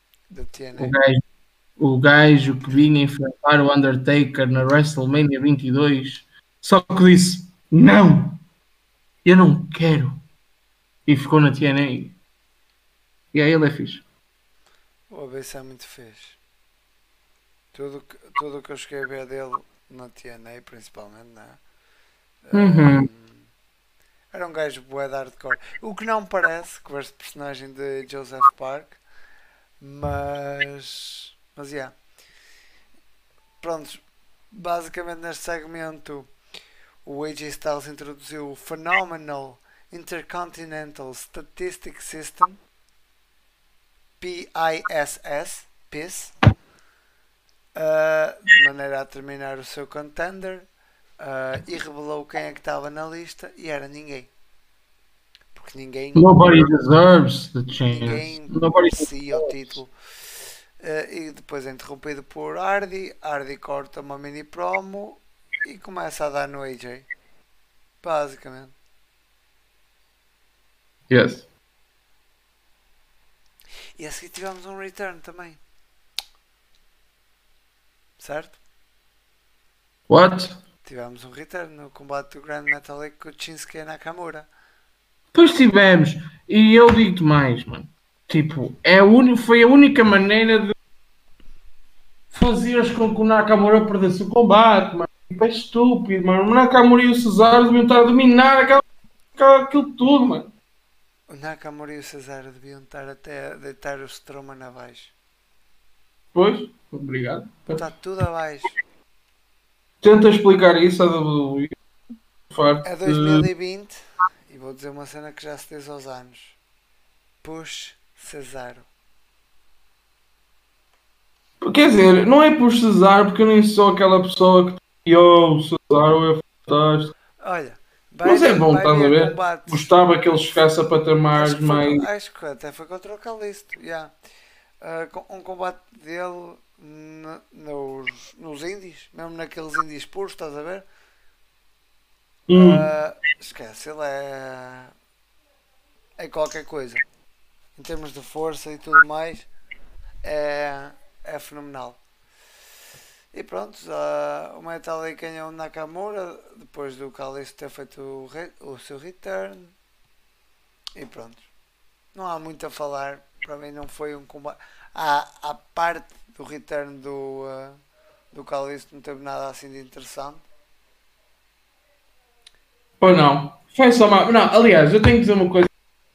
O gajo que vinha enfrentar o Undertaker na WrestleMania 22, só que disse, não, eu não quero. E ficou na TNA. E aí ele é fixe. O Abyss é muito fixe. Tudo o que eu cheguei a ver dele na TNA, principalmente, não é? Era um gajo bué de hardcore. O que não parece com este personagem de Joseph Park, mas yeah. Pronto, basicamente neste segmento o AJ Styles introduziu o Phenomenal Intercontinental Statistic System, PISS, de maneira a terminar o seu contender, e revelou quem é que estava na lista, e era ninguém. Porque Nobody deserves the chance. Ninguém merecia o título. E depois é interrompido por Hardy. Hardy corta uma mini promo e começa a dar no AJ. Basicamente. Yes. E a seguir tivemos um return também. Certo? What? Tivemos um return no combate do Grand Metalik com o Shinsuke Nakamura. Pois tivemos. E eu digo-te mais, mano. Tipo, foi a única maneira de fazeres com que o Nakamura perdesse o combate, mano. Tipo, é estúpido, mano. O Nakamura e o Cesaro deviam estar a dominar aquilo tudo, mano. O Nakamura e o Cesaro deviam estar até a deitar o Strowman abaixo. Pois, obrigado. Está tudo abaixo. Tenta explicar isso a WWE. É 2020 e vou dizer uma cena que já se diz aos anos. Push Cesaro. Quer dizer, não é por Cesaro, porque eu nem sou aquela pessoa que o Cesaro é fantástico. Olha, mas é bom, estás a ver? Combate. Gostava que ele chegasse a patamares mais. Acho que até foi contra o Calisto. Yeah. Um combate dele nos indies, mesmo naqueles indies puros, estás a ver? Esquece, ele é qualquer coisa. Em termos de força e tudo mais, é fenomenal. E pronto, o Metalik ganhou o Nakamura depois do Kalisto ter feito o seu return. E pronto, não há muito a falar. Para mim não foi um combate. A parte do return do Kalisto não teve nada assim de interessante. Pois não, foi só mal. Não, aliás, eu tenho que dizer uma coisa.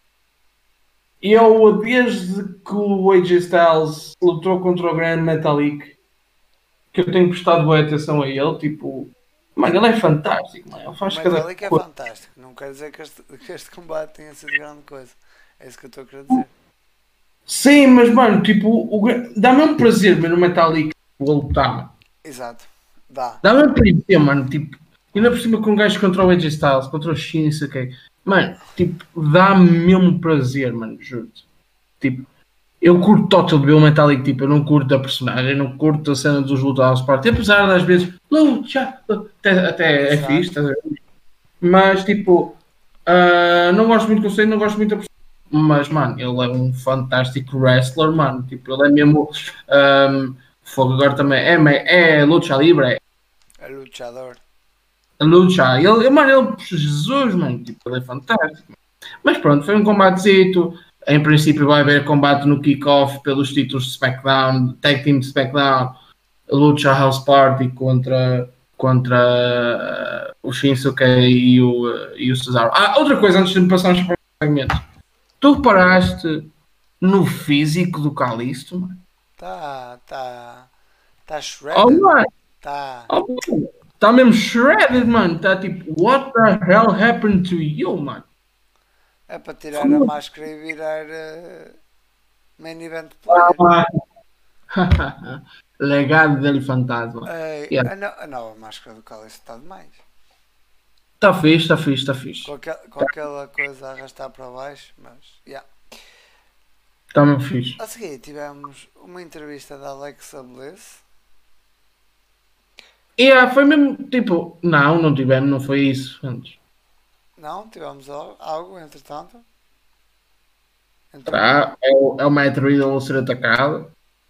Eu, desde que o AJ Styles lutou contra o Grand Metalik, que eu tenho prestado boa atenção a ele, tipo, mano, ele é fantástico, mano. Ele faz o cada Metalik coisa. É fantástico, não quero dizer que este combate tenha sido grande coisa, é isso que eu estou a querer dizer. Sim, mas mano, tipo, dá-me um prazer ver o Metalik a lutar, mano. Exato, dá. Dá-me um prazer, mano, tipo, ainda por cima com um gajo contra o AJ Styles, contra o Shinsuke, ok. Mano, tipo, dá-me mesmo prazer, mano, juro-te. Tipo, eu curto total de ver o Metalik, tipo, eu não curto a personagem, não curto a cena dos lutadores parte, apesar das vezes, luta, até é fixe, estás a ver? Mas, tipo, não gosto muito do conceito, não gosto muito da personagem, mas, mano, ele é um fantástico wrestler, mano, tipo, ele é mesmo, fogo agora também, é lucha livre, é luchador. Lucha, ele, Jesus, mano, tipo, ele é fantástico. Mas pronto, foi um combatezito. Em princípio vai haver combate no kickoff pelos títulos de SmackDown, Tag Team de SmackDown, Lucha House Party contra o Shinsuke e o Cesaro. Outra coisa antes de me passarmos para o segmento. Tu reparaste no físico do Kalisto, mano? Tá shredded. Oh, mano. Tá. Tá mesmo shredded, mano. Tá tipo, what the hell happened to you, mano? É para tirar a máscara e virar main event player. Legado dele fantasma. A nova máscara do Kalisto está demais. Está fixe. Com aquela coisa a arrastar para baixo, mas yeah. Está mesmo fixe. A seguir tivemos uma entrevista da Alexa Bliss. Foi mesmo tipo, não tivemos, não foi isso antes. Não, tivemos algo, entretanto. É o Matt Riddle a ser atacado.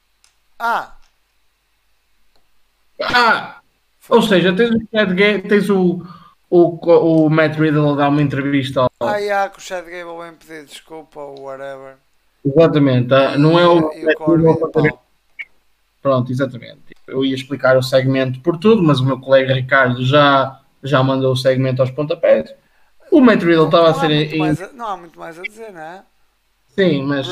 Ou seja, tens o Matt Riddle a dar uma entrevista que o Chad Gable vem pedir desculpa ou whatever. Exatamente, não é o Corbin. Pronto, exatamente. Eu ia explicar o segmento por tudo, mas o meu colega Ricardo já mandou o segmento aos pontapés. O Matt Riddle estava a ser... Não há muito mais a dizer, não é? Sim, mas...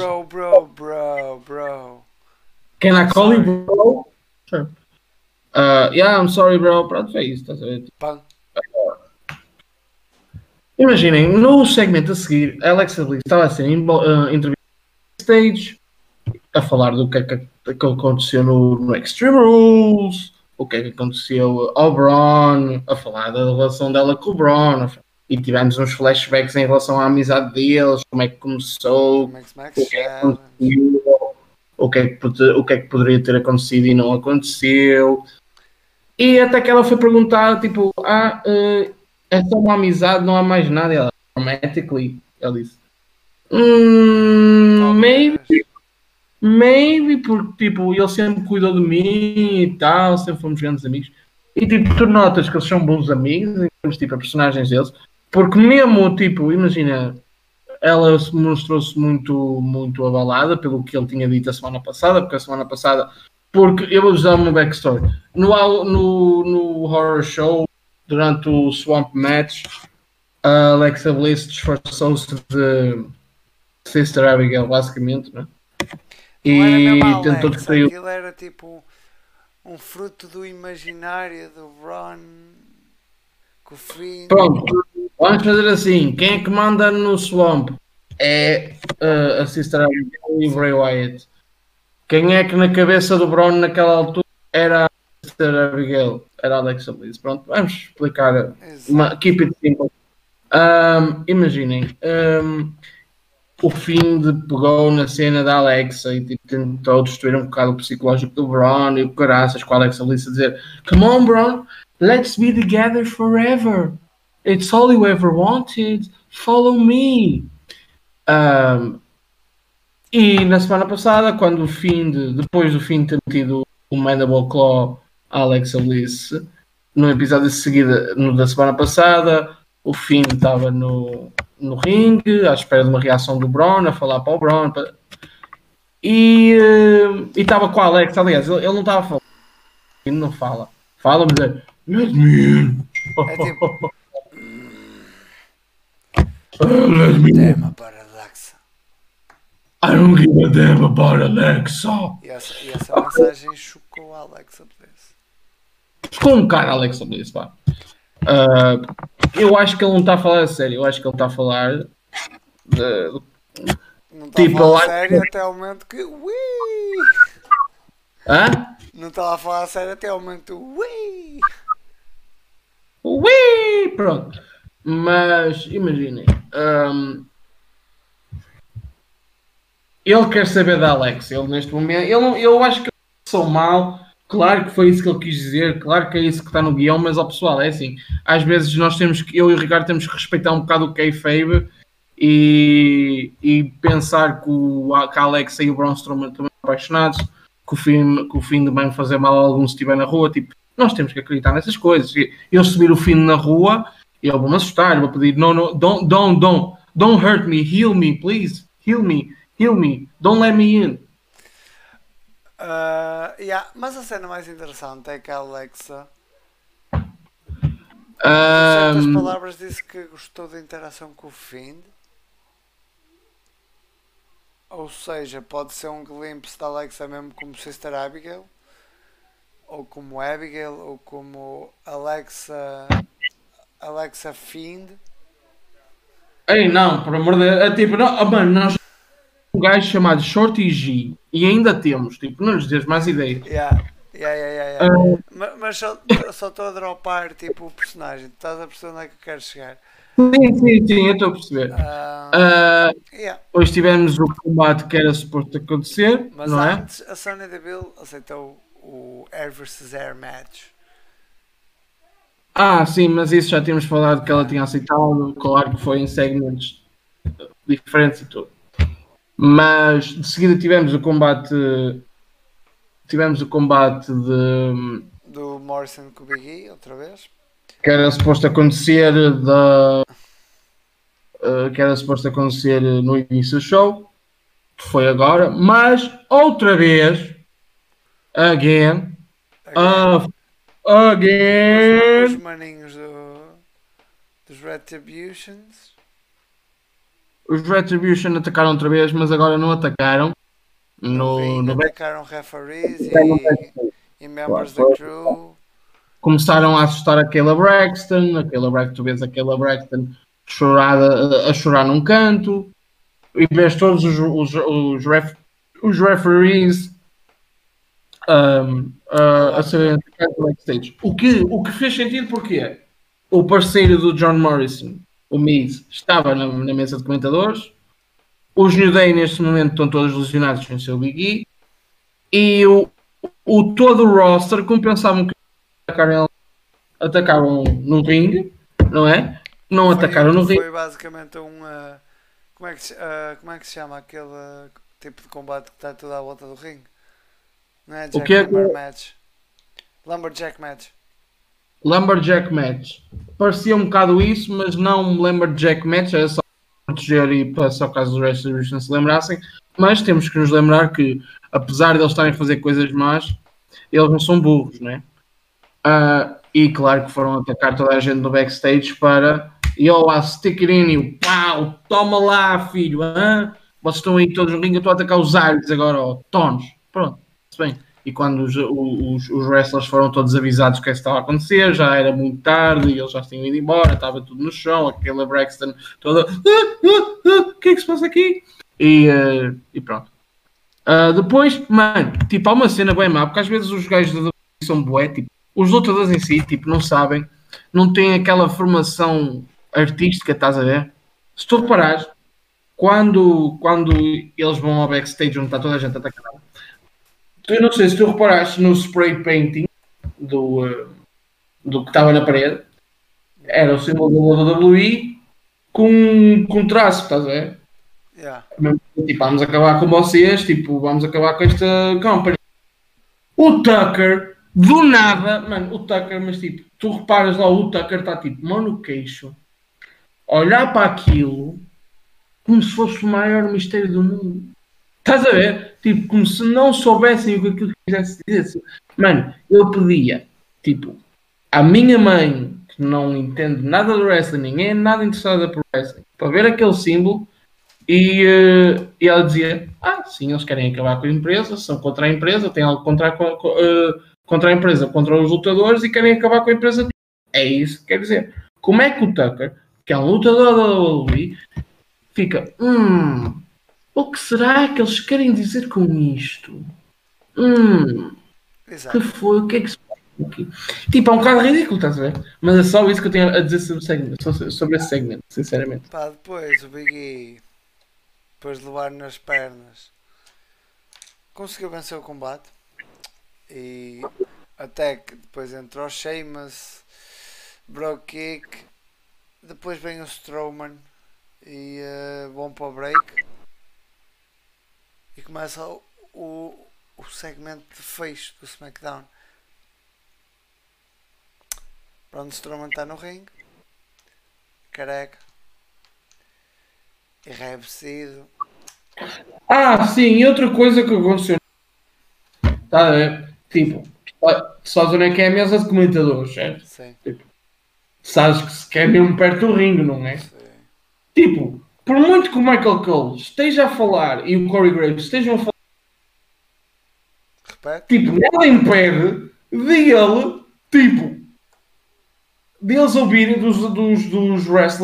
Bro. Can I call you bro? Sure. I'm sorry, bro. Pronto, foi isso, estás a ver? Imaginem, no segmento a seguir, a Alexa Bliss estava a ser entrevistada stage a falar do que é que aconteceu no Extreme Rules, o que é que aconteceu ao Braun, a falar da relação dela com o Braun, e tivemos uns flashbacks em relação à amizade deles, como é que começou, o que é que aconteceu, o que é que poderia ter acontecido e não aconteceu. E até que ela foi perguntar, tipo, é só uma amizade, não há mais nada. E ela, dramatically, ela disse, maybe, porque, tipo, ele sempre cuidou de mim e tal, sempre fomos grandes amigos. E, tipo, tu notas que eles são bons amigos, em termos, tipo, a personagens deles, porque mesmo, tipo, imagina, ela mostrou-se muito, muito abalada pelo que ele tinha dito a semana passada, porque eu vou-vos dar uma backstory. No Horror Show, durante o Swamp Match, a Alexa Bliss disfarçou-se de Sister Abigail, basicamente, né? Não era mesmo a Alexa, aquilo era tipo um fruto do imaginário do Braun com o Finn. Pronto, vamos fazer assim: quem é que manda no Swamp? É a Sister Abigail e o Bray Wyatt. Quem é que na cabeça do Braun naquela altura era a Sister Abigail? Era a Alexa Bliss. Pronto, vamos explicar. Keep it simple. Imaginem, o Finn pegou na cena da Alexa e tipo, tentou destruir um bocado o psicológico do Braun e o caraças com a Alexa Bliss a dizer: Come on, Braun, let's be together forever. It's all you ever wanted. Follow me. E na semana passada, quando depois do Finn ter metido o Mandible Claw à Alexa Bliss, no episódio de seguida, no da semana passada, o Finn estava no ringue, à espera de uma reação do Braun, a falar para o Braun, e estava com a Alexa. Aliás, ele não estava a falar, ele não fala, mas é let me in. Let me in. I don't give a damn about Alexa. E essa mensagem chocou a Alexa Bliss. Chocou um bocado a Alexa Bliss, pá. Eu acho que ele não está a falar a sério. Eu acho que ele está a falar de... Não está tipo, a falar a sério até o momento que... Hã? Não está a falar a sério até o momento... Pronto. Mas, imaginem... ele quer saber da Alex. Ele neste momento... Eu acho que ele passou mal. Claro que foi isso que ele quis dizer. Claro que é isso que está no guião. Mas, ó pessoal, é assim. Às vezes nós temos que... Eu e o Ricardo temos que respeitar um bocado o kayfabe. E pensar que a Alexa e o Braun Strowman estão apaixonados. Que o Finn vai fazer mal a algum se estiver na rua. Tipo, nós temos que acreditar nessas coisas. Eu subir o Finn na rua... Eu vou-me assustar. Eu vou pedir... No, don't hurt me. Heal me, please. Heal me. Don't let me in. Mas a cena mais interessante é que a Alexa, em certas palavras, disse que gostou da interação com o Finn. Ou seja, pode ser um glimpse da Alexa mesmo como Sister Abigail, ou como Abigail, ou como Alexa Finn. Ei, não, por amor de Deus. É tipo, não, mano, nós um gajo chamado Shorty G e ainda temos, tipo, não lhes dês mais ideia. Mas só estou a dropar tipo o personagem, estás a perceber onde é que eu quero chegar? Sim, eu estou a perceber. Hoje tivemos o combate que era suposto acontecer, mas não antes a Sonya Deville aceitou o Air vs Air match. Sim, mas isso já tínhamos falado que ela tinha aceitado, claro que foi em segmentos diferentes e tudo. Mas de seguida tivemos o combate do Morrison com o Big E, outra vez. Que era suposto acontecer no início do show. Foi agora, mas outra vez again. Os maninhos dos Retributions. Os Retribution atacaram outra vez, mas agora não atacaram. Atacaram referees e members da crew. Começaram a assustar a Kayla Braxton. Tu vês a Kayla Braxton a chorar num canto, e vês todos os referees a serem atacados no backstage. O que fez sentido porque o parceiro do John Morrison, o Miz, estava na mesa de comentadores. Os New Day neste momento estão todos lesionados sem ser o Big E. E todo o roster, como pensavam que atacaram no ringue, não é? Não atacaram no ringue. Foi basicamente como é que se chama aquele tipo de combate que está toda à volta do ringue? Não é Jackhammer Match? Lumberjack Match. Lumberjack Match. Parecia um bocado isso, mas não um Lumberjack Match, era só proteger e para só caso os wrestlers não se lembrassem. Mas temos que nos lembrar que, apesar de eles estarem a fazer coisas más, eles não são burros, não é? E claro que foram atacar toda a gente no backstage para stick it in you, pau, toma lá, filho, vocês estão aí todos no ringue, eu estou a atacar os árbitros agora, tonos, pronto, bem. E quando os wrestlers foram todos avisados que isso estava a acontecer, já era muito tarde e eles já tinham ido embora, estava tudo no chão, aquela Braxton toda, o que é que se passa aqui? E pronto. Depois, mano, tipo, há uma cena bem má, porque às vezes os gajos da são bué, tipo, os lutadores em si, tipo, não sabem, não têm aquela formação artística, estás a ver? Se tu reparares, quando eles vão ao backstage onde está toda a gente atacada, eu não sei se tu reparaste no spray painting do que estava na parede, era o símbolo da WWE com traço, estás a ver? Yeah. Tipo, vamos acabar com vocês, tipo, vamos acabar com esta company. O Tucker, do nada, mano, o Tucker, mas tipo, tu reparas lá, o Tucker está tipo, mão no queixo, olhar para aquilo como se fosse o maior mistério do mundo. Estás a ver? Tipo, como se não soubessem o que aquilo quisesse dizer. Mano, eu pedia, tipo, à minha mãe, que não entende nada do wrestling, ninguém é nada interessada por wrestling, para ver aquele símbolo e ela dizia, sim, eles querem acabar com a empresa, são contra a empresa, têm algo contra a empresa, contra os lutadores e querem acabar com a empresa. É isso que quer dizer. Como é que o Tucker, que é um lutador da WWE, fica, o que será que eles querem dizer com isto? Que foi? O que é que se passa aqui? Tipo, é um bocado ridículo, estás a ver? Mas é só isso que eu tenho a dizer sobre esse segmento, sinceramente. Pá, depois o Big E, depois de levar nas pernas, conseguiu vencer o combate. E até que depois entrou o Sheamus, Brogue Kick, depois vem o Strowman e vão para o break e começa o segmento de fecho do SmackDown. Braun Strowman está no ringue, careca, enraivecido. Sim, e outra coisa que aconteceu, está a ver? Tipo, sabes onde é que é a mesa de comentadores, certo? Sim. Tipo, sabes que se quer mesmo perto do ringue, não é? Sim. Tipo, por muito que o Michael Cole esteja a falar e o Corey Graves estejam a falar, repete? Tipo, nada impede de ele, tipo, deles ouvirem dos wrestlers.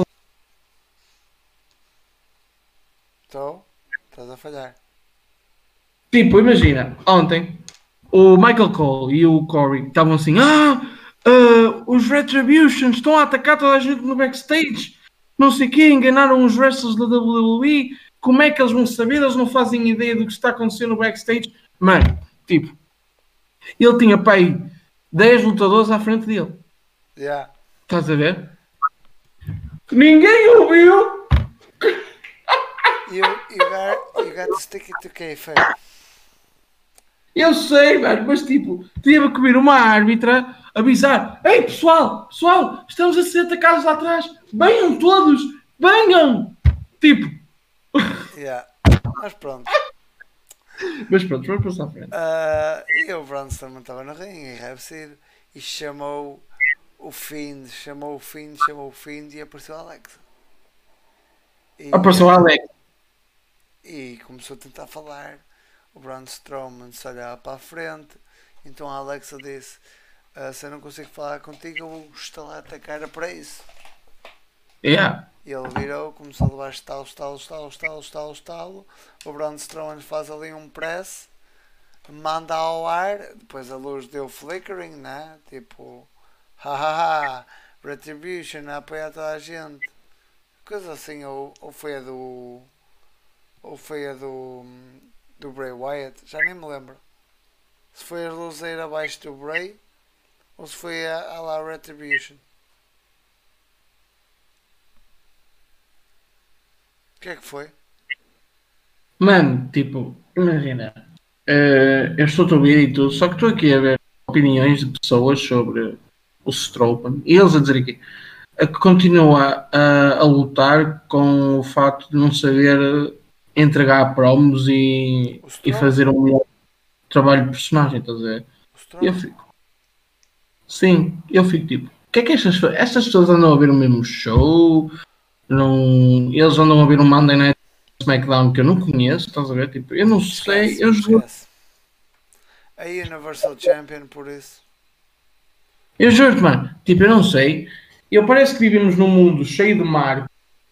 Estás a falhar. Tipo, imagina, ontem o Michael Cole e o Corey estavam assim, os Retributions estão a atacar toda a gente no backstage, não sei o quê, enganaram os wrestlers da WWE, como é que eles vão saber? Eles não fazem ideia do que está acontecendo no backstage. Mano, tipo, ele tinha, pai, 10 lutadores à frente dele. Yeah. Estás a ver? Ninguém ouviu! You got to stick it to kayfabe. Eu sei, mano, mas tipo, tinha que vir uma árbitra avisar: ei pessoal, estamos a ser atacados lá atrás, venham todos, venham! Tipo, Yeah. Mas pronto. Vamos passar à frente. E o Braun Strowman estava no ringue, enraivecido, e chamou o Fiend e apareceu a Alexa. Apareceu a Alexa. E começou a tentar falar. O Braun Strowman se olhava para a frente. Então a Alexa disse: se eu não consigo falar contigo, eu vou estalar a cara para isso. Yeah. E ele virou, começou a levar estalo. O Braun Strowman faz ali um press, manda ao ar, depois a luz deu flickering, né? Tipo, hahaha, Retribution a apoiar toda a gente. Coisa assim, ou foi a do. Ou foi a do Bray Wyatt, já nem me lembro. Se foi a luzeira abaixo do Bray ou se foi a lá Retribution. O que é que foi? Mano, tipo, imagina, eu estou a ouvir e tudo, só que estou aqui a ver opiniões de pessoas sobre o Strowman e eles a dizer aqui a que continua a lutar com o facto de não saber entregar promos e fazer um melhor trabalho de personagem, estás a ver? Eu fico, sim, eu fico tipo, o que é que estas pessoas andam a ver o mesmo show? Não, eles andam a ver um Monday Night SmackDown que eu não conheço, estás a ver? Tipo, eu não sei, eu juro. A Universal Champion por isso. Eu juro, mano, tipo, eu não sei. Eu parece que vivemos num mundo cheio de mar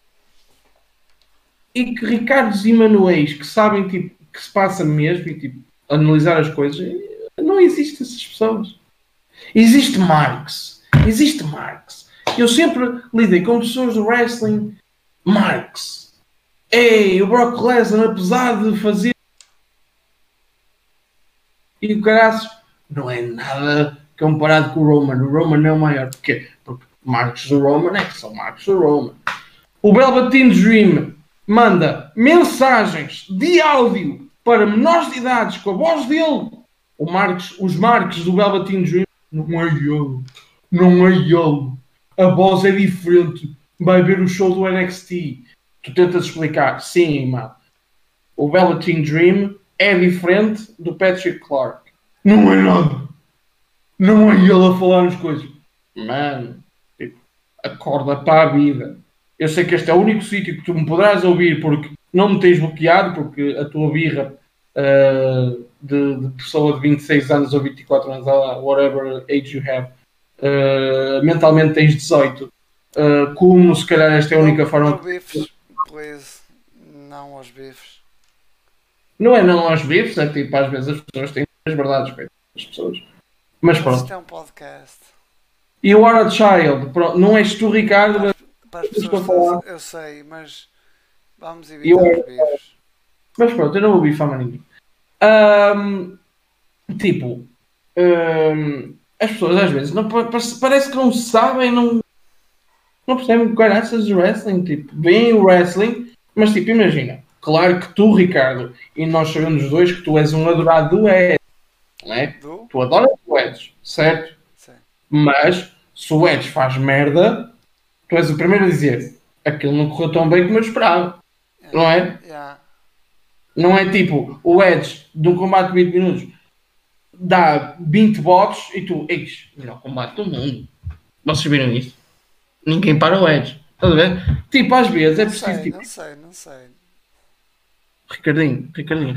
e que Ricardos e Manuéis que sabem tipo, que se passa mesmo e tipo, analisar as coisas, não existem essas pessoas. Existe Marx. Eu sempre lidei com pessoas do wrestling. Marx. Ei, o Brock Lesnar, apesar de fazer e o caraço, não é nada comparado com o Roman. O Roman é o maior. Porquê? Porque Marcos do Roman é que são Marcos do Roman. O Velveteen Dream manda mensagens de áudio para menores de idades com a voz dele. Os Marcos do Velveteen Dream não é ele. Não é ele. A voz é diferente. Vai ver o show do NXT. Tu tentas explicar. Sim, mano. O Velveteen Dream é diferente do Patrick Clark. Não é nada. Não é ele a falar as coisas. Mano, tipo, acorda para a vida. Eu sei que este é o único sítio que tu me poderás ouvir porque não me tens bloqueado, porque a tua birra de pessoa de 26 anos ou 24 anos, whatever age you have, mentalmente tens 18. Como se calhar esta é a única forma... Não bifes, please. Não aos bifes. Não é não aos bifes, é tipo, às vezes as pessoas têm as verdades, as pessoas. Mas pronto. Isto é um podcast. E o Are a Child, pronto, não és tu, Ricardo, para as pessoas, eu sei, mas vamos evitar os bifes. Mas pronto, eu não vou bifar mais ninguém. Tipo, as pessoas às vezes não, parece que não sabem, não percebem graças do wrestling. Tipo, veem o wrestling, mas tipo, imagina, claro que tu, Ricardo, e nós sabemos os dois que tu és um adorado do Edge, não é? Tu adoras o Edge, certo? Sim. Mas se o Edge faz merda, tu és o primeiro a dizer aquilo não correu tão bem como eu esperava, não é? Yeah. Não é tipo o Edge de um combate de 20 minutos dá 20 votos e tu, eis, melhor combate do mundo. Vocês viram isto? Ninguém para o Edge. Estás a ver? Tipo, às vezes é preciso. Tipo... Não sei. Ricardinho.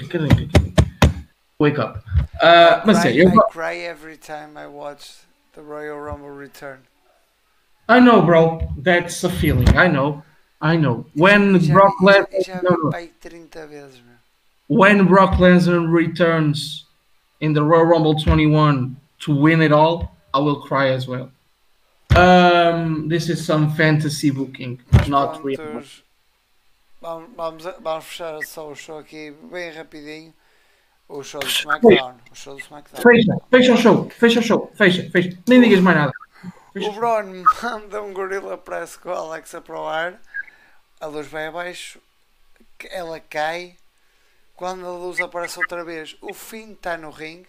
Wake up. Mas I cry every time I watch the Royal Rumble return. I know, bro. That's a feeling. I know. When Brock Lesnar. 30 vezes, meu. When Brock Lesnar returns in the Royal Rumble 21 to win it all, I will cry as well. This is some fantasy booking, not real. Vamos fechar só o show aqui bem rapidinho. O show do SmackDown. Fecha o show. Fecha. Nem digas mais nada. O Braun manda um gorila press com a Alexa para o ar. A luz vai abaixo. Ela cai. Quando a luz aparece outra vez, o Finn está no ringue.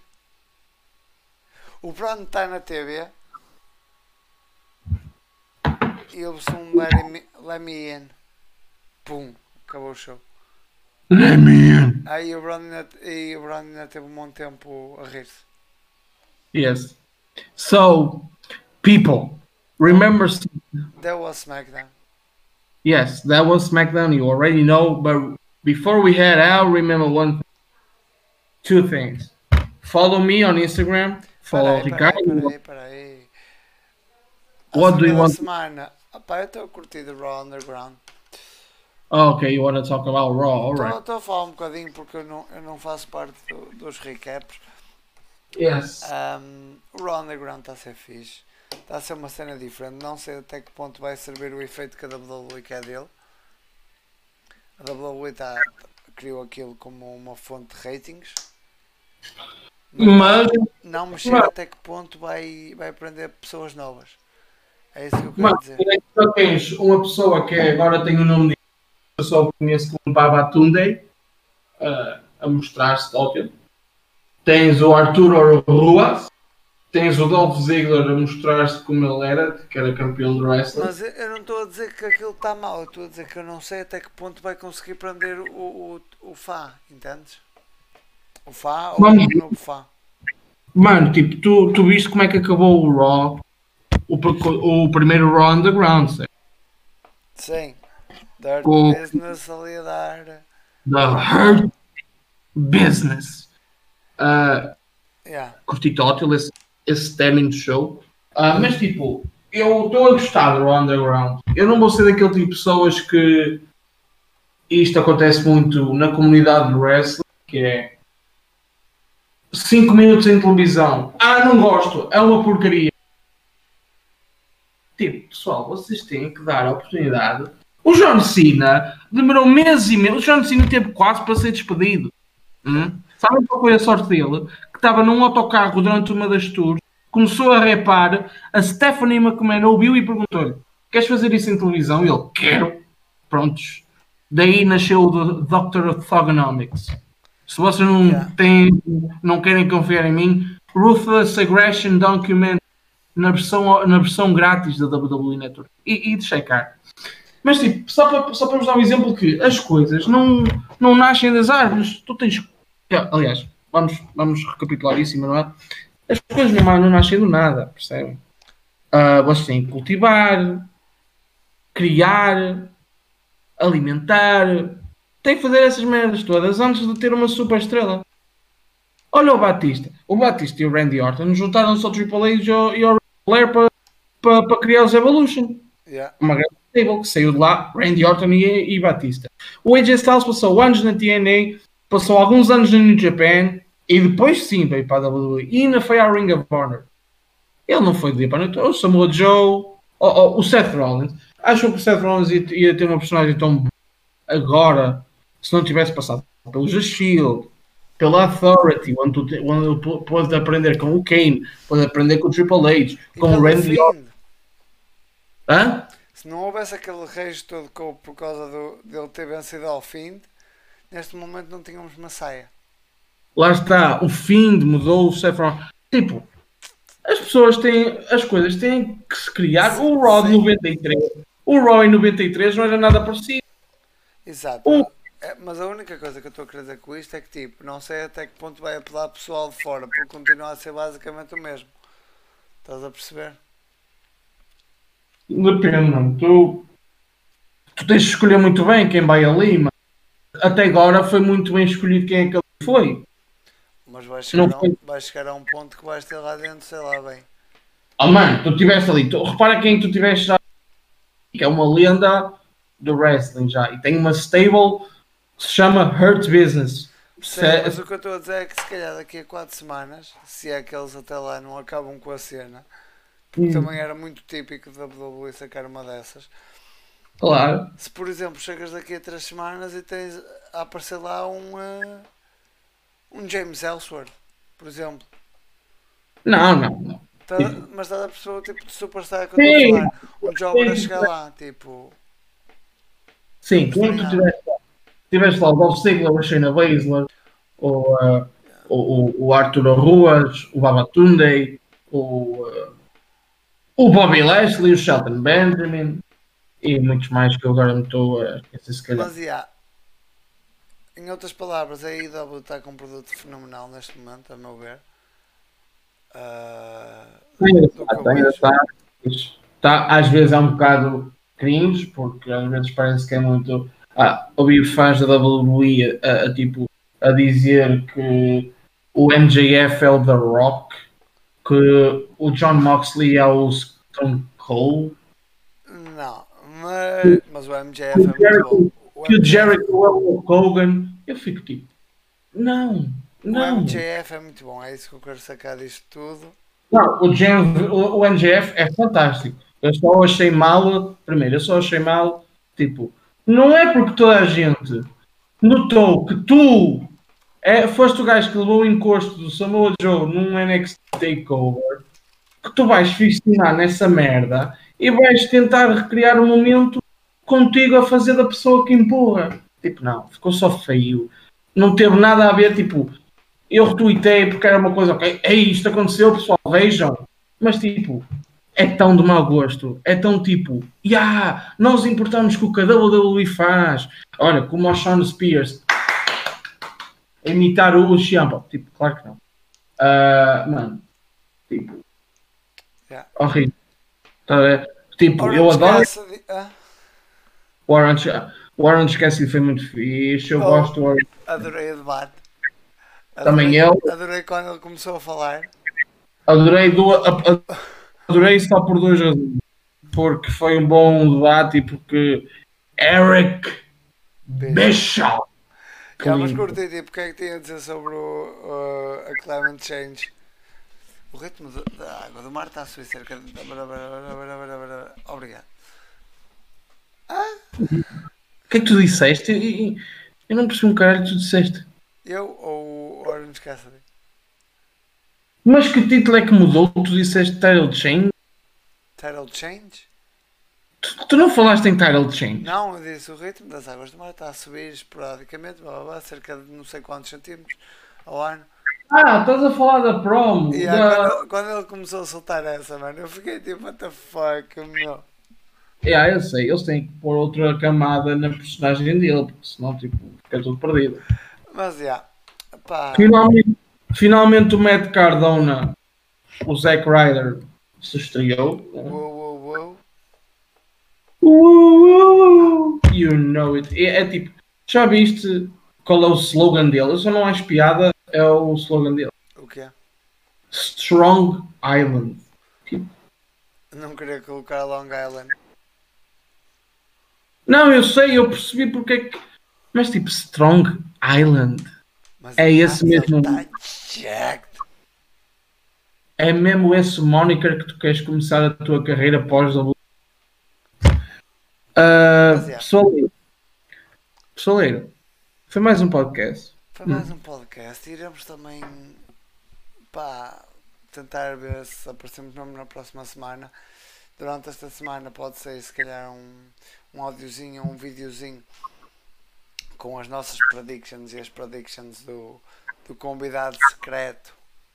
O Braun está na TV. E eles são Let Me In. Pum, acabou o show. Let me in. Aí o Braun ainda teve um bom tempo a rir-se. Yes. So, people, remember... That was SmackDown. Yes, that was SmackDown. You already know, but before we head out, remember two things. Follow me on Instagram. Follow Ricardo. Peraí. What do you want? Pá, eu estou a curtir do Raw Underground. Ok, you want to talk about Raw, alright. Estou a falar um bocadinho porque eu não faço parte dos recaps. Yes. O Raw Underground está a ser fixe. Está a ser uma cena diferente. Não sei até que ponto vai servir o efeito que a WWE quer dele. A WWE criou aquilo como uma fonte de ratings. Mas não mexer até que ponto vai prender pessoas novas. É isso que eu quero dizer. Só tens uma pessoa que agora tem o nome de eu só conheço como Babatunde a mostrar-se ótimo. Tens o Arturo Ruas, tens o Dolph Ziggler a mostrar-se como ele era, que era campeão do wrestling. Mas eu não estou a dizer que aquilo está mal, eu estou a dizer que eu não sei até que ponto vai conseguir prender o Fá, entendes? O Fá ou o novo Fá. Mano, tipo, tu viste como é que acabou o Raw, o primeiro Raw Underground, certo? Sim, Dirt Business ali a dar. The Hurt Business. Curti tótil esse término de show. Mas tipo, eu estou a gostar do Raw Underground. Eu não vou ser daquele tipo de pessoas que isto acontece muito na comunidade do wrestling, que é 5 minutos em televisão. Não gosto, é uma porcaria. Tipo, pessoal, vocês têm que dar a oportunidade. O John Cena demorou meses e meses. O John Cena teve quase para ser despedido. Sabem qual foi a sorte dele? Que estava num autocarro durante uma das tours, começou a repar, a Stephanie McMahon ouviu e perguntou-lhe: queres fazer isso em televisão? E ele: quero. Prontos. Daí nasceu o Dr. Orthogonomics. Se vocês não querem confiar em mim, Ruthless Aggression Document na versão grátis da WWE Network. E de checar. Mas tipo, só para vos dar um exemplo que as coisas não nascem das árvores. Tu tens... Aliás, vamos recapitular isso, não é? As coisas não nascem do nada, percebem? Vocês têm que cultivar, criar, alimentar. Tem que fazer essas merdas todas antes de ter uma super estrela. Olha o Batista. O Batista e o Randy Orton juntaram-se ao Triple H e ao Flair para criar os Evolution. Uma grande stable que saiu de lá, Randy Orton e Batista. O AJ Styles passou anos na TNA, passou alguns anos no New Japan e depois sim veio para a WWE e ainda foi à Ring of Honor. Ele não foi de dia para a noite. O Samoa Joe, o Seth Rollins. Acham que o Seth Rollins ia ter uma personagem tão agora se não tivesse passado pelo The Shield, pela Authority, onde pode aprender com o Kane, pode aprender com o Triple H, com o Randy Orton. Se não houvesse aquele rejo todo por causa dele ter vencido ao Fiend, neste momento não tínhamos Massaia. Lá está, o Fiend mudou o Seth Rollins. Tipo, as pessoas as coisas têm que se criar. O Raw de 93, o Raw em 93 não era nada parecido. Exato. Mas a única coisa que eu estou a querer dizer com isto é que tipo, não sei até que ponto vai apelar pessoal de fora, porque continua a ser basicamente o mesmo. Estás a perceber? Depende, mano. Tu tens de escolher muito bem quem vai ali, mas até agora foi muito bem escolhido quem é que ele foi. Mas vais chegar a um ponto que vais ter lá dentro, sei lá bem. Mano, tu estiveste ali. Repara quem tu tiveste já. Que é uma lenda do wrestling já. E tem uma stable que se chama Hurt Business. Sim, mas o que eu estou a dizer é que se calhar daqui a 4 semanas, se é que eles até lá não acabam com a cena, porque também era muito típico da WWE sacar uma dessas. Claro. Se por exemplo chegas daqui a 3 semanas e tens a aparecer lá um James Ellsworth, por exemplo. Não. Mas estás a perceber o tipo de superstar que eu estou a falar? Um jobber a chegar lá, tipo. Sim, como tu tiveste lá o Dolph Ziggler, a Shayna Baszler, o Arturo Ruas, o Babatunde, o Bobby Lashley, o Shelton Benjamin e muitos mais que eu agora me estou a esquecer se calhar. Mas em outras palavras, a AEW está com um produto fenomenal neste momento, a meu ver. Ainda está. Às vezes é um bocado cringe, porque às vezes parece que é muito. Ouvir fãs da WWE a dizer que o MJF é o The Rock, que o Jon Moxley é o Stone Cold. Não, Mas o MJF é muito bom. Que o Jericho é o Hogan, eu fico tipo, não. O MJF é muito bom, é isso que eu quero sacar disto tudo. Não, o MJF é fantástico. Eu só achei mal, primeiro, tipo, não é porque toda a gente notou que tu foste o gajo que levou o encosto do Samoa Joe num NXT Takeover, que tu vais ficcionar nessa merda e vais tentar recriar um momento contigo a fazer da pessoa que empurra. Tipo, não, ficou só feio. Não teve nada a ver, tipo, eu retuitei porque era uma coisa, ok, isto aconteceu, pessoal, vejam. Mas tipo, é tão de mau gosto, é tão tipo, nós importamos que o que a WWE faz. Olha, como o Sean Spears imitar o Ciampa. Tipo, claro que não. Mano, tipo, horrível. Tipo, eu adoro. O Orange Cassidy foi muito fixe, eu gosto do Adorei o debate. Também eu. Adorei quando ele começou a falar. Adorei só por duas razões. Porque foi um bom debate e porque Eric Bischoff. Mas curti, tipo, o que é que tinha a dizer sobre a climate change? O ritmo da água do mar está a subir cerca de... Obrigado. O que é que tu disseste? Eu não percebi um caralho que tu disseste. Eu ou o Orange Cassidy? Mas que título é que mudou? Tu disseste Title Change? Title Change? Tu não falaste em Title Change? Não, eu disse o ritmo das águas do mar está a subir esporadicamente, cerca de não sei quantos centímetros ao ano. Estás a falar da promo. Quando ele começou a soltar essa, mano, eu fiquei tipo, what the fuck, meu. Eu sei, eles têm que pôr outra camada na personagem dele, porque senão tipo, fica tudo perdido. Mas pá. Finalmente o Matt Cardona, o Zack Ryder, se estreou. You know it. É tipo, já viste qual é o slogan dele? Eu só não acho piada, é o slogan dele. O que é? Strong Island. Tipo. Não queria colocar Long Island. Não, eu sei, eu percebi porque é que. Mas tipo, Strong Island. Mas é esse mesmo. É mesmo esse moniker que tu queres começar a tua carreira após a Pessoaleiro, foi mais um podcast. Foi mais um podcast. Iremos também tentar ver se aparecemos na próxima semana. Durante esta semana pode ser se calhar um audiozinho ou um videozinho com as nossas predictions e as predictions do convidado secreto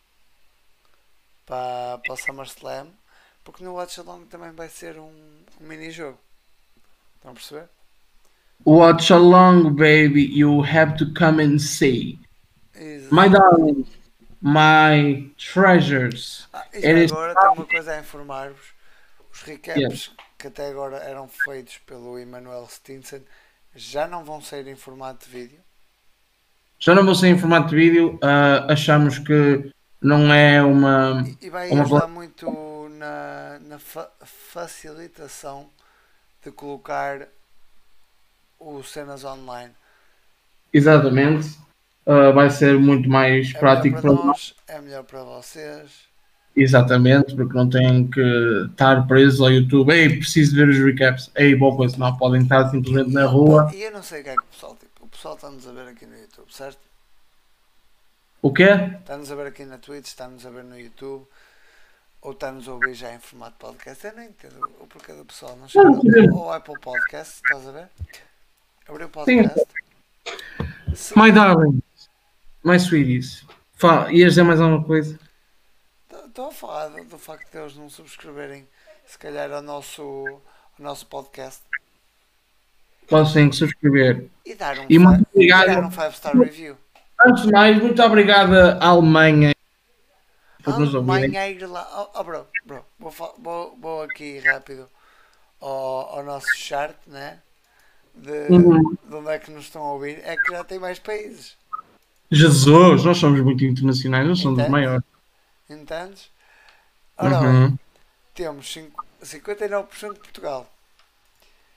para o SummerSlam, porque no Watch Along também vai ser um mini-jogo. Estão a perceber? Watch Along, baby, you have to come and see. Exato. My darling, my treasures. E agora tenho uma coisa a informar-vos. Os recaps que até agora eram feitos pelo Emmanuel Stinson já não vão sair em formato de vídeo. Já não vão sair em formato de vídeo. Achamos que não é uma... E vai ajudar muito na facilitação de colocar os cenas online. Exatamente. Vai ser muito mais prático para nós. É melhor para vocês. Exatamente, porque não têm que estar presos ao YouTube. Preciso ver os recaps. Boa coisa, não podem estar simplesmente na rua. E eu não sei o que é que o pessoal, o pessoal está-nos a ver aqui no YouTube, certo? O quê? Está-nos a ver aqui na Twitch, está-nos a ver no YouTube, ou está-nos a ouvir já em formato podcast. Eu não entendo o porquê do pessoal não chega ao Apple Podcast, estás a ver? Abriu o podcast. Sim. My darling, my sweeties. Ias dizer mais alguma coisa? Estou a falar do facto de eles não subscreverem, se calhar, ao nosso podcast. Podem que subscrever. E dar um 5-star review. Antes de mais, muito obrigado à Alemanha por nos ouvirem. Bro, vou aqui rápido ao nosso chart, né? De onde é que nos estão a ouvir. É que já tem mais países. Jesus, nós somos muito internacionais, nós somos os maiores. Entendes? Ora bem, temos 59% de Portugal,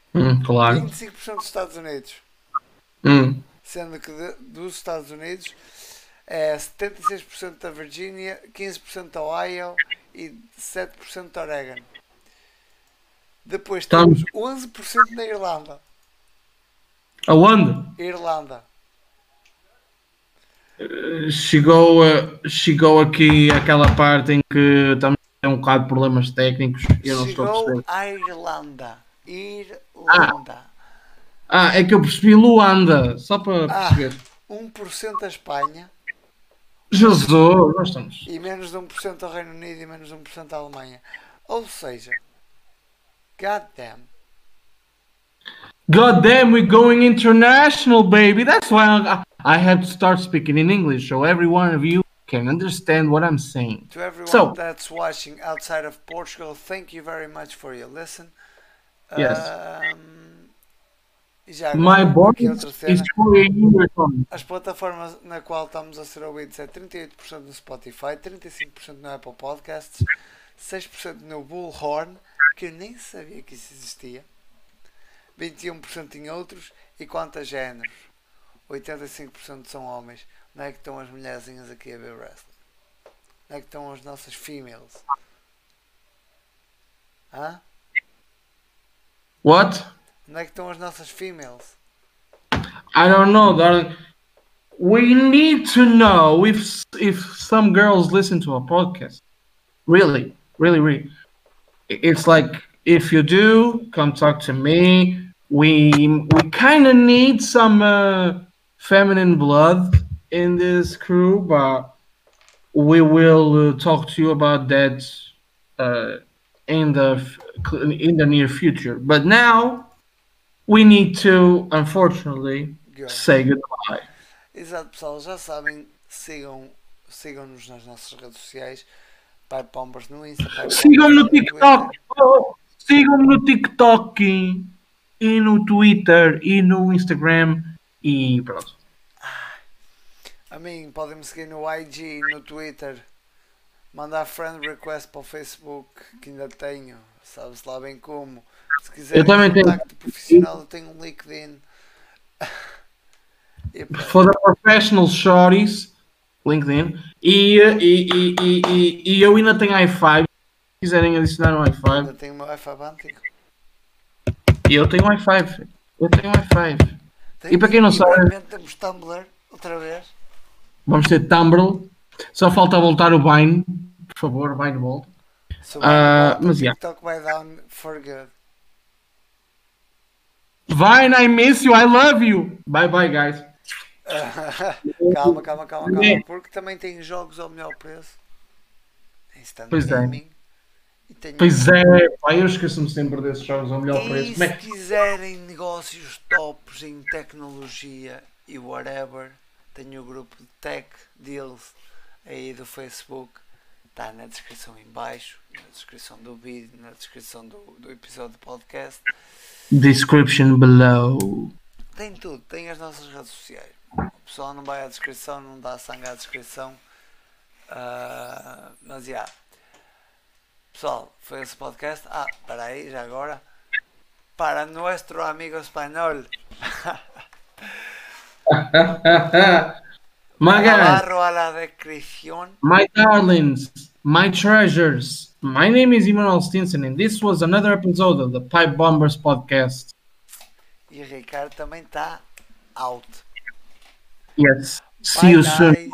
Claro. 25% dos Estados Unidos. Sendo que dos Estados Unidos é 76% da Virgínia, 15% da Ohio e 7% da Oregon. Depois temos 11% na Irlanda. Aonde? Irlanda. Chegou aqui aquela parte em que também tem um bocado de problemas técnicos. Eu não estou a perceber. À Irlanda. É que eu percebi Luanda, só para perceber. 1% da Espanha. Jesus, nós estamos. E menos de 1% ao Reino Unido e menos de 1% à Alemanha. Ou seja, God damn, we're going international, baby. That's why I have to start speaking in English so every one of you can understand what I'm saying. To everyone that's watching outside of Portugal, thank you very much for your listen. Yes. My board is as plataformas na qual estamos a ser ouvidos é 38% no Spotify, 35% no Apple Podcasts, 6% no Bullhorn, que eu nem sabia que isso existia, 21% em outros, e quanto a géneros, 85% são homens. Não é que estão as mulherzinhas aqui a ver wrestling? Não é que estão as nossas females? Hã? What? Onde é que estão as nossas females? I don't know, darling. We need to know if some girls listen to a podcast. Really. It's like, if you do, come talk to me. We kind of need some feminine blood in this crew, but we will talk to you about that in the near future. But now we need to, unfortunately, say goodbye. Exato, pessoal, já sabem, sigam-nos nas nossas redes sociais. Pipe Bombers no Insta. Sigam-me no TikTok. Sigam-me no TikTok e no Twitter e no Instagram e pronto. A mim, podem-me seguir no IG, no Twitter, mandar friend request para o Facebook, que ainda tenho, sabe-se lá bem como. Se quiserem um contacto profissional, eu tenho um LinkedIn. For the professional shorties, LinkedIn. E eu ainda tenho i5. Se quiserem adicionar um i5. Ainda tenho o meu i5 antigo. E eu tenho i5. E para quem não sabe, temos Tumblr outra vez. Vamos ter Tumblr. Só falta voltar o Vine. Por favor, Vine volta. Mas já. TikTok vai down for good. Vine, I miss you, I love you. Bye bye, guys. Calma, porque também tem jogos ao melhor preço. Instant gaming. Pois é, pá, eu esqueço-me sempre desses jogos ao melhor preço. Se quiserem negócios tops em tecnologia e whatever, tenho o grupo de Tech Deals aí do Facebook. Está na descrição em baixo, na descrição do vídeo, na descrição do episódio do podcast. Description below. Tem tudo, tem as nossas redes sociais. O pessoal não vai à descrição, não dá sangue à descrição. Mas já. Pessoal, foi esse podcast. Espera aí, já agora. Para nuestro amigo espanhol. My guys, a la descripción. My darlings, my treasures. My name is Emmanuel Stinson and this was another episode of the Pipe Bombers podcast. E o Ricardo também está out. Yes. See you soon.